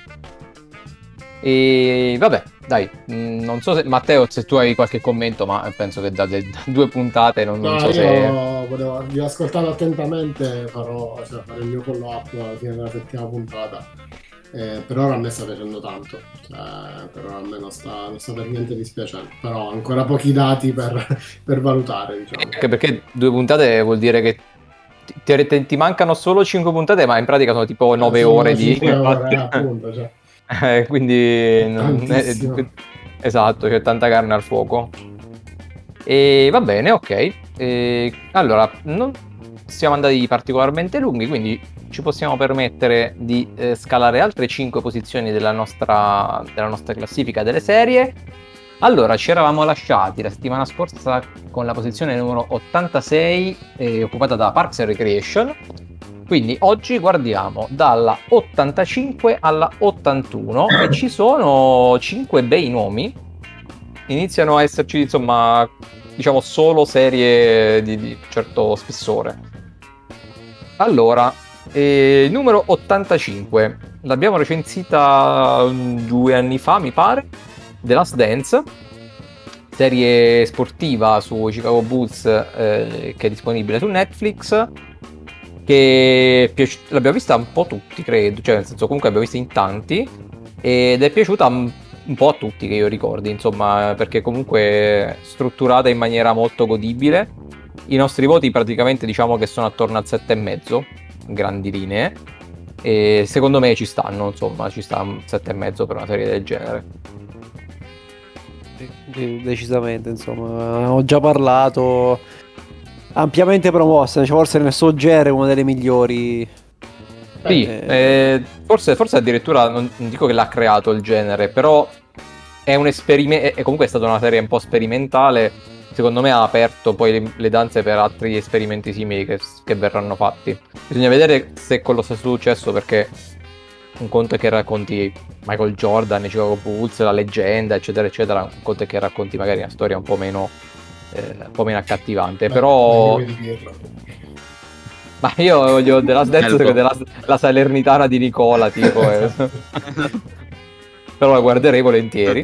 E vabbè, dai, mh, non so se Matteo, se tu hai qualche commento, ma penso che da, da due puntate non, non No, so io se... volevo, vi ho ascoltato attentamente, farò, cioè, fare il mio follow up alla fine della settima puntata. Eh, per ora a me sta piacendo tanto, cioè, per ora a me non sta, non sta per niente dispiacendo, però ancora pochi dati per, per valutare, diciamo. Anche perché due puntate vuol dire che ti, ti- ti mancano solo cinque puntate, ma in pratica sono tipo nove Sono ore di... cinque ore, appunto, cioè. Eh, quindi non- Tantissimo. eh, esatto, c'è tanta carne al fuoco. E va bene, ok. E, allora, non siamo andati particolarmente lunghi, quindi ci possiamo permettere di eh, scalare altre cinque posizioni della nostra, della nostra classifica delle serie. Allora, ci eravamo lasciati la settimana scorsa con la posizione numero ottantasei, eh, occupata da Parks and Recreation. Quindi oggi guardiamo dalla ottantacinque alla ottantuno e ci sono cinque bei nomi. Iniziano a esserci, insomma, diciamo solo serie di, di certo spessore. Allora, eh, numero ottantacinque, l'abbiamo recensita mm, due anni fa, mi pare, The Last Dance, serie sportiva su Chicago Bulls eh, che è disponibile su Netflix. Che è piaci- l'abbiamo vista un po' tutti, credo, cioè nel senso comunque l'abbiamo vista in tanti ed è piaciuta un un po' a tutti che io ricordi, insomma, perché comunque è strutturata in maniera molto godibile. I nostri voti praticamente diciamo che sono attorno al sette e mezzo, grandi linee, e secondo me ci stanno, insomma, ci sta un sette e mezzo per una serie del genere. Sì, decisamente, insomma, ho già parlato, ampiamente promossa, cioè, forse nel suo genere è una delle migliori. Sì, Eh. eh, forse, forse addirittura non, non dico che l'ha creato il genere, però è un esperimento, è comunque è stata una serie un po' sperimentale secondo me ha aperto poi le, le danze per altri esperimenti simili che, che verranno fatti. Bisogna vedere se con lo stesso successo, perché un conto è che racconti Michael Jordan, i Chicago Bulls, la leggenda, eccetera, eccetera. Un conto è che racconti magari una storia un po' meno, eh, un po' meno accattivante. Beh, però... Ma io voglio The Last Dance perché della, la Salernitana di Nicola, tipo. eh. Però la guarderei volentieri.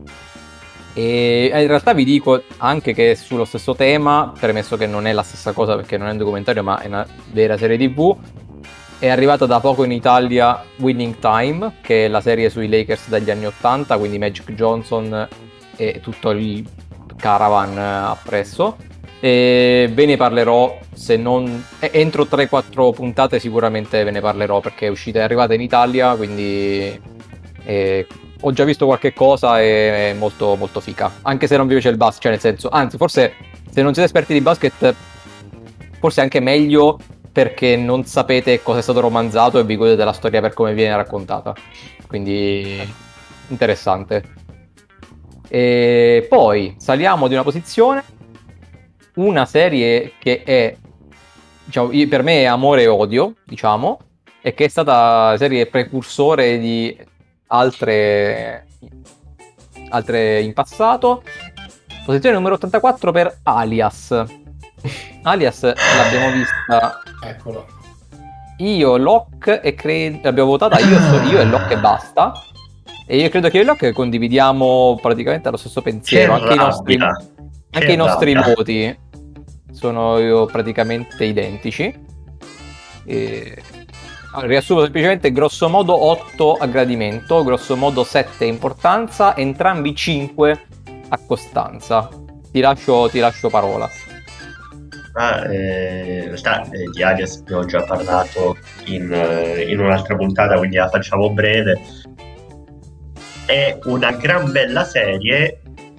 E in realtà vi dico anche che sullo stesso tema, premesso che non è la stessa cosa perché non è un documentario ma è una vera serie tivù, è arrivata da poco in Italia Winning Time, che è la serie sui Lakers dagli anni ottanta, quindi Magic Johnson e tutto il caravan appresso. E ve ne parlerò, se non entro tre quattro puntate sicuramente ve ne parlerò, perché è uscita, è arrivata in Italia, quindi eh, ho già visto qualche cosa e è molto molto fica, anche se non vi piace il basket, cioè nel senso, anzi forse se non siete esperti di basket forse è anche meglio, perché non sapete cosa è stato romanzato e vi godete la storia per come viene raccontata, quindi interessante. E poi saliamo di una posizione, una serie che è, diciamo, per me è amore e odio, diciamo, e che è stata serie precursore di altre altre in passato. Posizione numero ottantaquattro per Alias. Alias l'abbiamo vista, eccolo, io, Locke e credo l'abbiamo votata io, io e Locke e basta, e io credo che io e Locke condividiamo praticamente lo stesso pensiero, Che anche i nostri, rabbia. anche Che i nostri rabbia. voti sono io praticamente identici. E... allora, riassumo semplicemente: grosso modo otto a gradimento, grosso modo sette importanza, entrambi cinque a costanza. Ti lascio, ti lascio parola. Ah, eh, in realtà eh, di Alias abbiamo già parlato in, eh, in un'altra puntata, quindi la facciamo breve. È una gran bella serie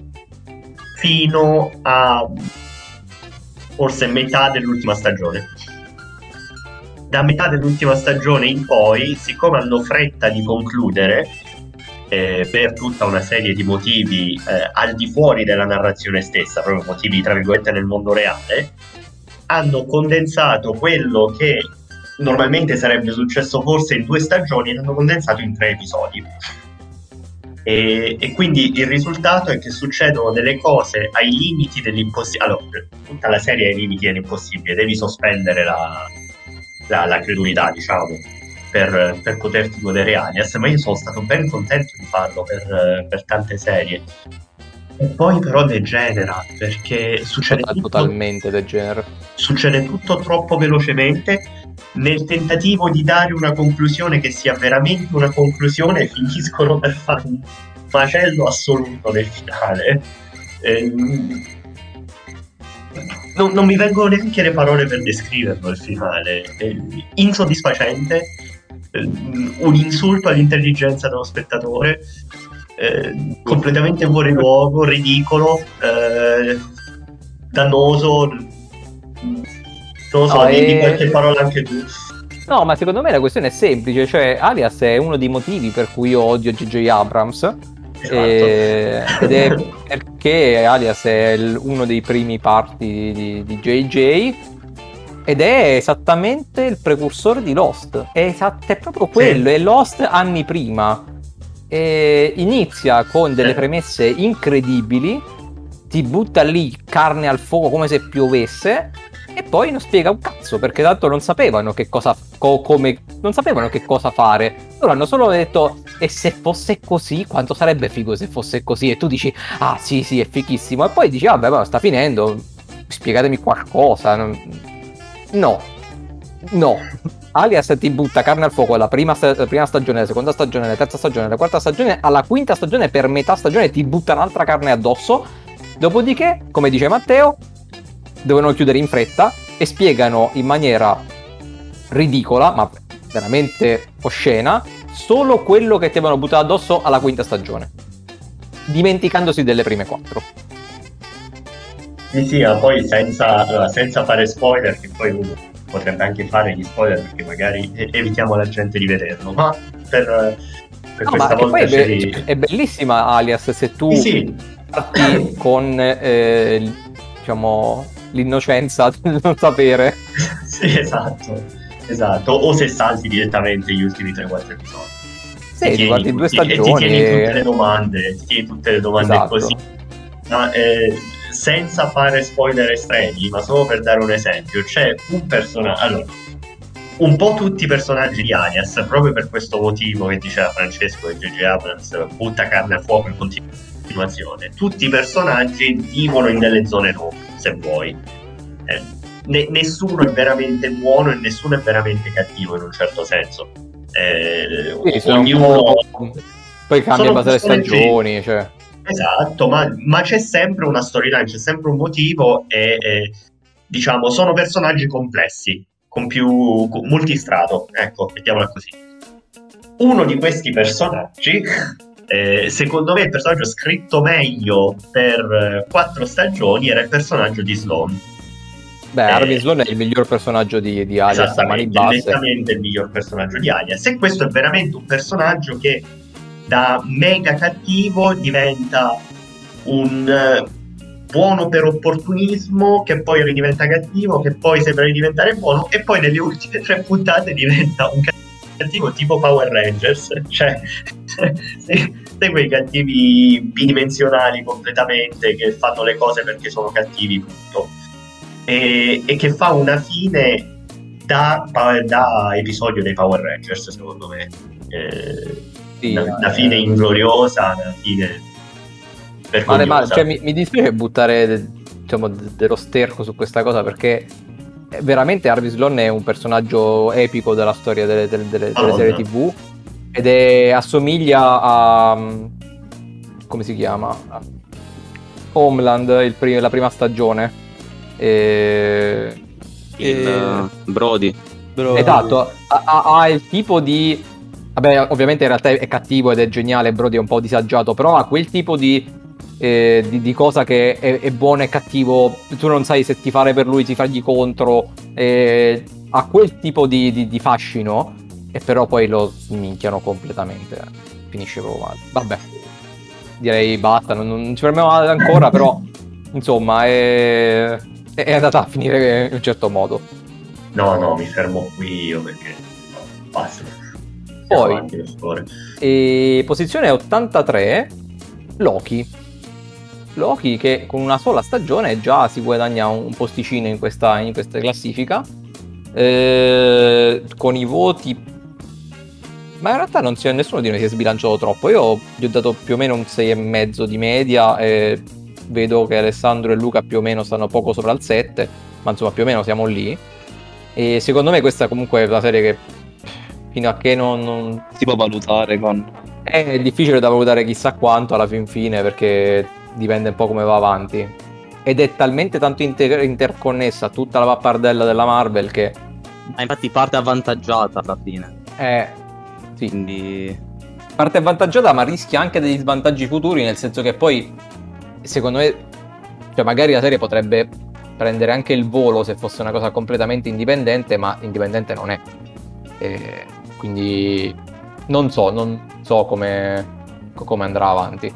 fino a forse metà dell'ultima stagione. Da metà dell'ultima stagione in poi, siccome hanno fretta di concludere, eh, per tutta una serie di motivi eh, al di fuori della narrazione stessa, proprio motivi tra virgolette nel mondo reale, hanno condensato quello che normalmente sarebbe successo forse in due stagioni, l'hanno condensato in tre episodi. E, e quindi il risultato è che succedono delle cose ai limiti dell'impossibile. Allora, tutta la serie è ai limiti dell'impossibile, devi sospendere la, la, la credulità, diciamo, per, per poterti godere Alias, ma io sono stato ben contento di farlo per, per tante serie. E poi però degenera, perché succede Total, tutto, totalmente degenera. succede tutto troppo velocemente. Nel tentativo di dare una conclusione che sia veramente una conclusione, finiscono per fare un macello assoluto nel finale. Eh, non, non mi vengono neanche le parole per descriverlo il finale. È insoddisfacente, eh, un insulto all'intelligenza dello spettatore, eh, completamente fuori luogo, ridicolo, eh, dannoso. Non lo so, No, di, e- di qualche parola anche tu. No, ma secondo me la questione è semplice, cioè Alias è uno dei motivi per cui io odio J J Abrams, Esatto. e- ed è perché Alias è il- uno dei primi parti di, di J J, ed è esattamente il precursore di Lost, è, esatt- è proprio quello, Sì. è Lost anni prima, e inizia con delle Sì. premesse incredibili, ti butta lì carne al fuoco come se piovesse, e poi non spiega un cazzo, perché tanto non sapevano che cosa co- come non sapevano che cosa fare. Loro hanno solo detto: e se fosse così, quanto sarebbe figo se fosse così? E tu dici: ah sì sì, è fighissimo. E poi dici: vabbè, ma sta finendo, spiegatemi qualcosa. Non- no no Alias ti butta carne al fuoco la prima, sta- la prima stagione, la seconda stagione, la terza stagione, la quarta stagione, alla quinta stagione per metà stagione ti butta un'altra carne addosso. Dopodiché, come dice Matteo, devono chiudere in fretta e spiegano in maniera ridicola, ma veramente oscena, solo quello che ti avevano buttato addosso alla quinta stagione, dimenticandosi delle prime quattro. Sì, sì, ma poi senza, allora, senza fare spoiler, che poi uno potrebbe anche fare gli spoiler perché magari e- evitiamo alla gente di vederlo, ma per, per No, questa ma che volta poi è, be- ci- cioè, è bellissima Alias, se tu Sì, sì. parti con eh, diciamo, l'innocenza del non sapere. Sì, esatto, esatto. O se salti direttamente gli ultimi tre quattro episodi. Sì, Ti ti guardi tutti, due stagioni e ti tieni e... tutte le domande, ti tieni tutte le domande Esatto. così. Ma, eh, senza fare spoiler estremi, ma solo per dare un esempio, c'è un personaggio, allora, un po' tutti i personaggi di Alias, proprio per questo motivo che diceva Francesco e J J Abrams butta carne a fuoco in continuazione, tutti i personaggi vivono in delle zone rosse, se vuoi. Eh, ne- nessuno è veramente buono e nessuno è veramente cattivo in un certo senso. Eh, Sì, sono ognuno un po'... poi cambia in base alle stagioni, cioè. Esatto, ma, ma c'è sempre una storyline, c'è sempre un motivo e, e diciamo sono personaggi complessi, con più con multistrato, ecco, mettiamola così. Uno di questi personaggi, eh, secondo me il personaggio scritto meglio per eh, quattro stagioni era il personaggio di Sloan. Beh, Armin Sloan è il miglior personaggio di, di Alias a mani basse. Esattamente, il miglior personaggio di Alias. E questo è veramente un personaggio che da mega cattivo diventa un uh, buono per opportunismo, che poi ridiventa cattivo, che poi sembra di diventare buono, e poi nelle ultime tre puntate diventa un cattivo tipo Power Rangers, cioè sai quei cattivi bidimensionali completamente che fanno le cose perché sono cattivi, punto. E, e che fa una fine da, da episodio dei Power Rangers, secondo me. Eh, sì, una, una eh, fine ingloriosa, una fine male, male. vergognosa. Cioè, mi, mi dispiace buttare de- diciamo, de- dello sterco su questa cosa, perché veramente Armin Sloan è un personaggio epico della storia delle, delle, delle, delle Oh, serie no. tivù, ed è, assomiglia a... come si chiama? A Homeland, il pri- la prima stagione. E... Il E- Brody. Però- Esatto, ha, ha- ha il tipo di... Vabbè, ovviamente in realtà è cattivo ed è geniale, Brody è un po' disagiato, però ha quel tipo di, eh, di, di cosa che è, è buono e cattivo, tu non sai se ti fare per lui, ti fargli contro, eh, ha quel tipo di, di, di fascino, e però poi lo sminchiano completamente, finisce proprio male. Vabbè, direi basta, non, non ci fermiamo ancora, però insomma è, è andata a finire in un certo modo. No, no, mi fermo qui io perché no, basta. Poi, Avanti, per favore. e posizione ottantatré, Loki. Loki che con una sola stagione già si guadagna un posticino in questa, in questa classifica, eh, con i voti, ma in realtà non si, nessuno di noi si è sbilanciato troppo. Io gli ho dato più o meno un sei e mezzo di media, e vedo che Alessandro e Luca più o meno stanno poco sopra il sette, ma insomma più o meno siamo lì. E secondo me questa comunque è una serie che fino a che non, non... Si può valutare con... è difficile da valutare chissà quanto alla fin fine, perché dipende un po' come va avanti, ed è talmente tanto inter- interconnessa tutta la pappardella della Marvel che Ah, infatti parte avvantaggiata alla fine. è sì, Quindi... parte avvantaggiata, ma rischia anche degli svantaggi futuri, nel senso che poi secondo me, cioè magari la serie potrebbe prendere anche il volo se fosse una cosa completamente indipendente, ma indipendente non è. E quindi non so, non so come, come andrà avanti.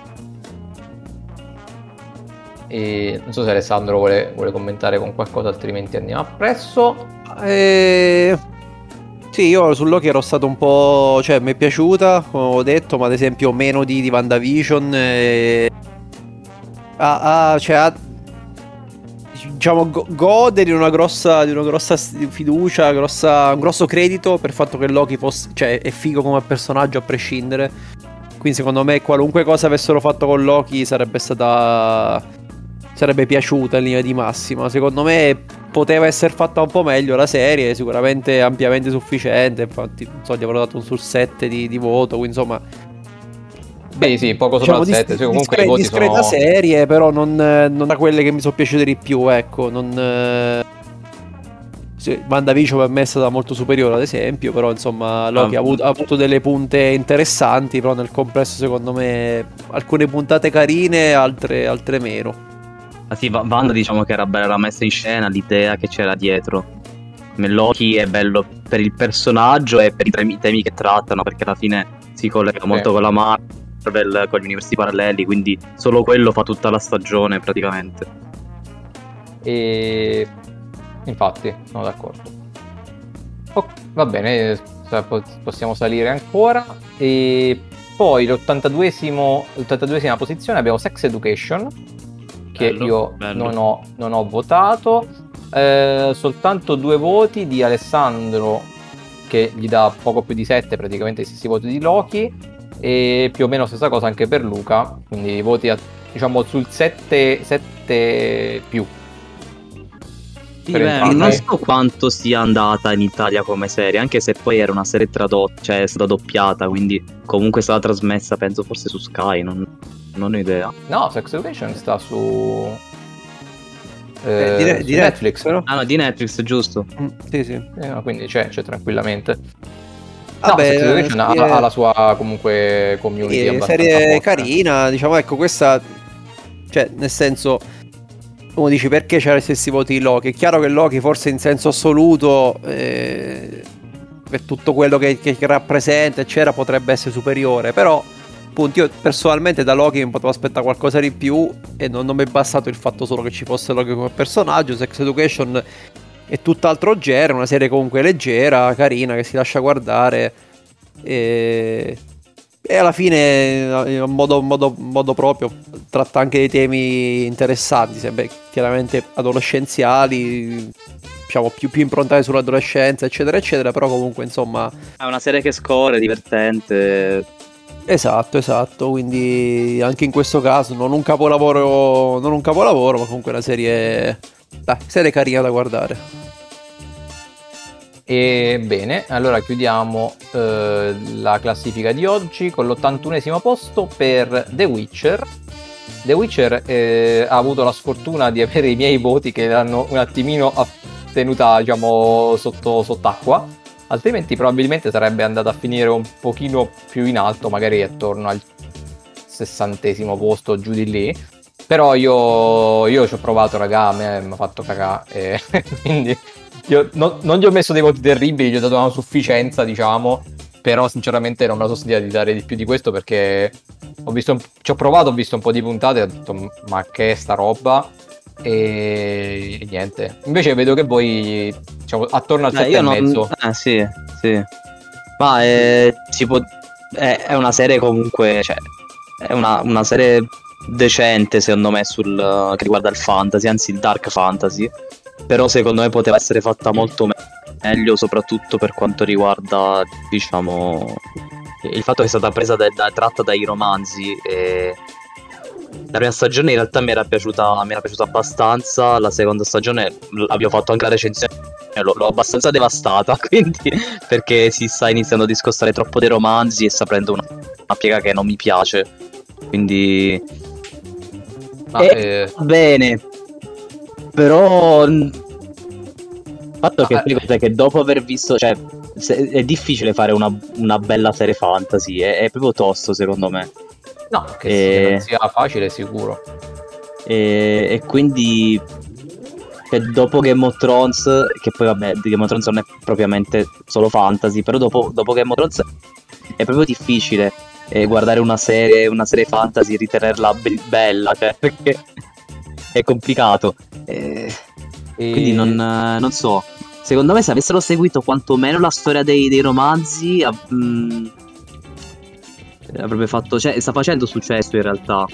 E non so se Alessandro vuole, vuole commentare con qualcosa, altrimenti andiamo appresso. Eh, Sì, io su Loki ero stato un po'... cioè mi è piaciuta, come ho detto, ma ad esempio meno di, di WandaVision. E... Ha, ha, cioè, ha, diciamo, go- gode di una grossa, di una grossa fiducia, grossa, un grosso credito per il fatto che Loki fosse, cioè, è figo come personaggio a prescindere. Quindi secondo me qualunque cosa avessero fatto con Loki sarebbe stata... sarebbe piaciuta in linea di massima. Secondo me poteva essere fatta un po' meglio la serie, sicuramente ampiamente sufficiente. Infatti, non so, gli avrò dato un sul sette di, di voto, quindi insomma... Beh, sì, poco sopra diciamo, il sette, dis- cioè, comunque discre- i voti discreta sono... serie, però non, non da quelle che mi sono piaciute di più, ecco. Non... eh, sì, WandaVision per me è stata molto superiore, ad esempio, però insomma Loki Ah. ha, avuto, ha avuto delle punte interessanti, però nel complesso secondo me alcune puntate carine, altre, altre meno. Ah sì, Va- Wanda diciamo che era bella la messa in scena, l'idea che c'era dietro. Me- Loki è bello per il personaggio e per i temi, temi che trattano, perché alla fine si collega molto con la Marvel, con gli universi paralleli, quindi solo quello fa tutta la stagione praticamente. E infatti sono d'accordo. Oh, va bene, possiamo salire ancora. E poi l'ottantaduesimo, l'ottantaduesima posizione abbiamo Sex Education, che bello, io bello. Non, ho, non ho votato. Eh, soltanto due voti di Alessandro, che gli dà poco più di sette, praticamente gli stessi voti di Loki, e più o meno stessa cosa anche per Luca, quindi voti a, diciamo sul sette più. Sì, beh, non so quanto sia andata in Italia come serie, anche se poi era una serie tradotta, cioè è stata doppiata, quindi comunque è stata trasmessa, penso forse su Sky, non, non ho idea. No, Sex Education sta su, eh, eh, di, su di Netflix, Netflix, però. Ah no, di Netflix, giusto. Mm, sì, sì. Eh, no, quindi c'è, c'è tranquillamente. Vabbè, no, Sex Education eh, ha, ha la sua comunque community eh, abbastanza serie forte. carina, diciamo, ecco, questa, cioè, nel senso, come dici, perché c'era gli stessi voti di Loki? È chiaro che Loki forse in senso assoluto, eh, per tutto quello che, che rappresenta, eccetera, potrebbe essere superiore, però appunto io personalmente da Loki mi potevo aspettare qualcosa di più e non, non mi è bastato il fatto solo che ci fosse Loki come personaggio. Sex Education è tutt'altro genere, una serie comunque leggera, carina, che si lascia guardare e, e alla fine in modo, modo, modo proprio tratta anche dei temi interessanti, sempre chiaramente adolescenziali, diciamo più, più improntate sull'adolescenza, eccetera eccetera, però comunque insomma è una serie che scorre, divertente. Esatto, esatto, quindi anche in questo caso non un capolavoro, non un capolavoro, ma comunque una serie, dai, serie carina da guardare. E bene, allora chiudiamo eh, la classifica di oggi con l'ottantunesimo posto per The Witcher. The Witcher eh, ha avuto la sfortuna di avere i miei voti che l'hanno un attimino tenuta, diciamo, sotto sott'acqua. Altrimenti probabilmente sarebbe andata a finire un pochino più in alto, magari attorno al sessantesimo posto, giù di lì. Però io, io ci ho provato, raga, a me mi ha fatto cagare, e quindi io non, non gli ho messo dei voti terribili, gli ho dato una sufficienza, diciamo, però sinceramente non me la sono sentita di dare di più di questo, perché ho visto un, ci ho provato, ho visto un po' di puntate e ho detto ma che è sta roba, e, e niente. Invece vedo che voi, diciamo, attorno al eh, sette io e non... mezzo. Ah sì, sì. Ma è, si può... è, è una serie comunque, cioè, è una, una serie decente secondo me sul che riguarda il fantasy, anzi il dark fantasy, però secondo me poteva essere fatta molto meglio, soprattutto per quanto riguarda, diciamo, il fatto che è stata presa da, da, tratta dai romanzi. E la prima stagione in realtà mi era piaciuta mi era piaciuta abbastanza, la seconda stagione abbiamo fatto anche la recensione, l'ho, l'ho abbastanza devastata, quindi, perché si sta iniziando a discostare troppo dei romanzi e sta prendendo una, una piega che non mi piace, quindi ah, eh... bene, però il fatto ah, che, eh... che dopo aver visto, cioè è difficile fare una, una bella serie fantasy, è, è proprio tosto secondo me. No, che e... sia facile sicuro. E, e quindi che dopo Game of Thrones, che poi vabbè Game of Thrones non è propriamente solo fantasy, però dopo, dopo Game of Thrones è proprio difficile eh, guardare una serie una serie fantasy e ritenerla be- bella, cioè, perché è complicato, e... E... quindi non, non so, secondo me se avessero seguito quantomeno la storia dei, dei romanzi a, mh, avrebbe fatto, cioè sta facendo successo in realtà,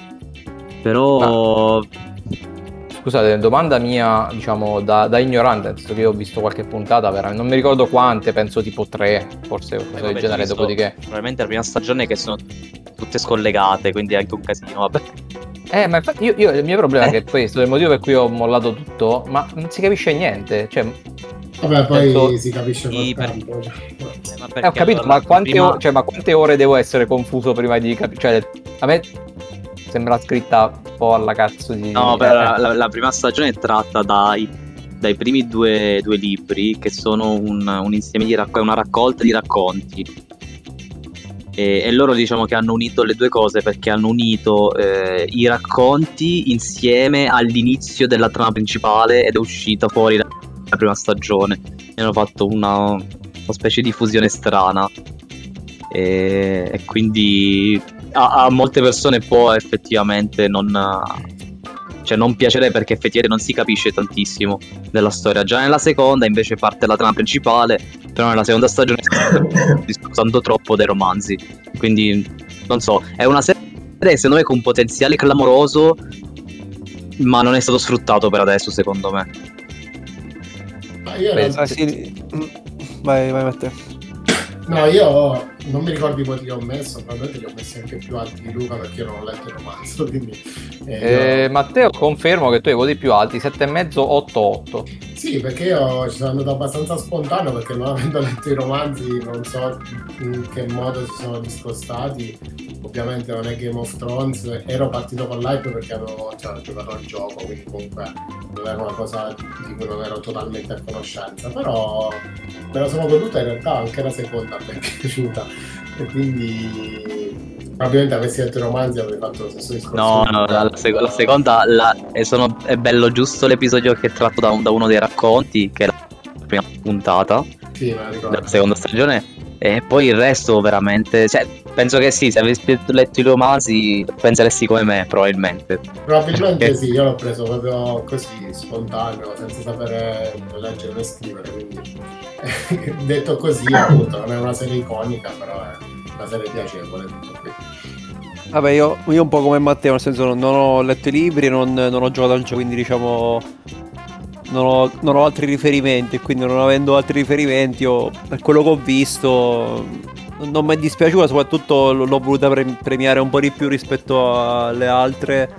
però ah. Scusate, domanda mia, diciamo da, da ignorante, nel senso che io ho visto qualche puntata, veramente non mi ricordo quante, penso tipo tre, forse qualcosa eh, del genere, dopodiché probabilmente la prima stagione che sono tutte scollegate, quindi è anche un casino, vabbè. Eh, ma infatti io, io il mio problema eh. è che questo è il motivo per cui ho mollato tutto, ma non si capisce niente, cioè vabbè, poi penso... si capisce col tempo. Eh, eh, ho capito, allora, ma, quante prima... ore, cioè, ma quante ore devo essere confuso prima di capire? Cioè, a me sembra scritta un po' alla cazzo di... No, però la, la, la prima stagione è tratta dai, dai primi due, due libri, che sono un, un insieme di racconti, una raccolta di racconti. E, e loro diciamo che hanno unito le due cose, perché hanno unito eh, i racconti insieme all'inizio della trama principale, ed è uscita fuori la, la prima stagione. E hanno fatto una, una specie di fusione strana. E, e quindi a, a molte persone può effettivamente non, cioè cioè non piacerei perché effettivamente non si capisce tantissimo della storia. Già nella seconda invece parte la trama principale, però nella seconda stagione sto discutendo troppo dei romanzi, quindi non so, è una serie secondo me con un potenziale clamoroso, ma non è stato sfruttato per adesso secondo me. Ma io Beh, non... Ah, sì. Vai, vai Matteo. No, io non mi ricordo i voti che ho messo, probabilmente li ho messi anche più alti di Luca perché io non ho letto il romanzo, quindi... eh, Eh, Matteo, confermo che tu hai i voti più alti, sette e mezzo, otto otto. Sì, perché io ci sono andato abbastanza spontaneo perché non avendo letto i romanzi non so in che modo si sono discostati. Ovviamente non è Game of Thrones, ero partito con l'hype perché avevo, cioè, avevo giocato al gioco, quindi comunque non era una cosa di cui non ero totalmente a conoscenza, però me la sono goduta in realtà, anche la seconda mi è piaciuta e quindi probabilmente avessi letto i romanzi avrei fatto lo stesso discorso. No, no, la, la sec- la seconda la, è, sono, è bello giusto l'episodio che è tratto da, un- da uno dei racconti, che è la prima puntata Sì, me la ricordo. della seconda stagione, e poi il resto veramente, cioè, penso che sì, se avessi letto i romanzi penseresti come me, probabilmente. Probabilmente Perché- sì, io l'ho preso proprio così, spontaneo, senza sapere leggere né scrivere, quindi detto così, appunto, non è una serie iconica, però è una serie piacevole, tutto qui. Vabbè, io, io un po' come Matteo, nel senso non, non ho letto i libri, non, non ho giocato al gioco, quindi diciamo non ho, non ho altri riferimenti, quindi non avendo altri riferimenti, io, per quello che ho visto, non mi è dispiaciuta, soprattutto l- l'ho voluta pre- premiare un po' di più rispetto alle altre,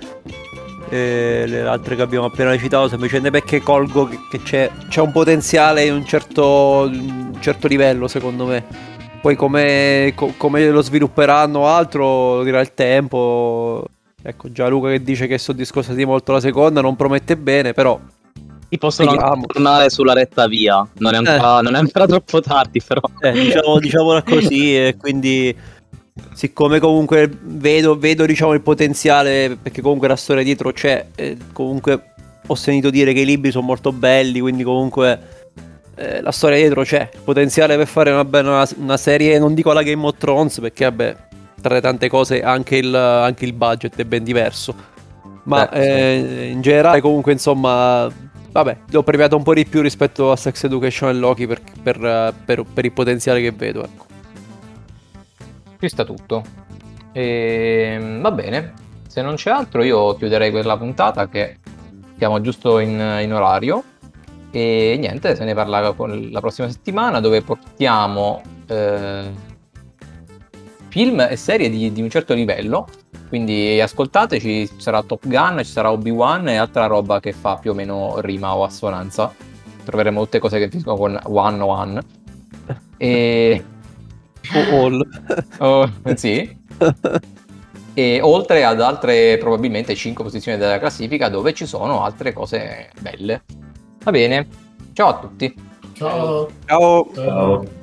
eh, le altre che abbiamo appena citato, semplicemente perché colgo che, che c'è, c'è un potenziale in un certo, un certo livello, secondo me. Poi come, co- come lo svilupperanno altro lo dirà il tempo. Ecco, già Luca che dice che sono discostati molto la seconda, non promette bene, però Ti possono Vediamo. anche tornare sulla retta via, non è ancora, non è ancora troppo tardi però. eh, diciamo, diciamola così, e quindi siccome comunque vedo, vedo diciamo il potenziale, perché comunque la storia dietro c'è, e comunque ho sentito dire che i libri sono molto belli, quindi comunque eh, la storia dietro c'è, il potenziale per fare una, bella- una serie, non dico la Game of Thrones, perché vabbè, tra le tante cose anche il, anche il budget è ben diverso, ma Certo, sì. eh, in generale comunque insomma, vabbè, l'ho premiato un po' di più rispetto a Sex Education e Loki per, per, eh, per- per il potenziale che vedo, ecco. Ci sta tutto. E, va bene, se non c'è altro io chiuderei quella puntata che siamo giusto in, in orario e niente, se ne parla con la prossima settimana dove portiamo eh, film e serie di, di un certo livello, quindi ascoltateci, ci sarà Top Gun, ci sarà Obi-Wan e altra roba che fa più o meno rima o assonanza, troveremo tutte cose che finiscono con one o one e... O all. Oh, sì. E oltre ad altre probabilmente cinque posizioni della classifica dove ci sono altre cose belle. Va bene, ciao a tutti. Ciao. Ciao. Ciao.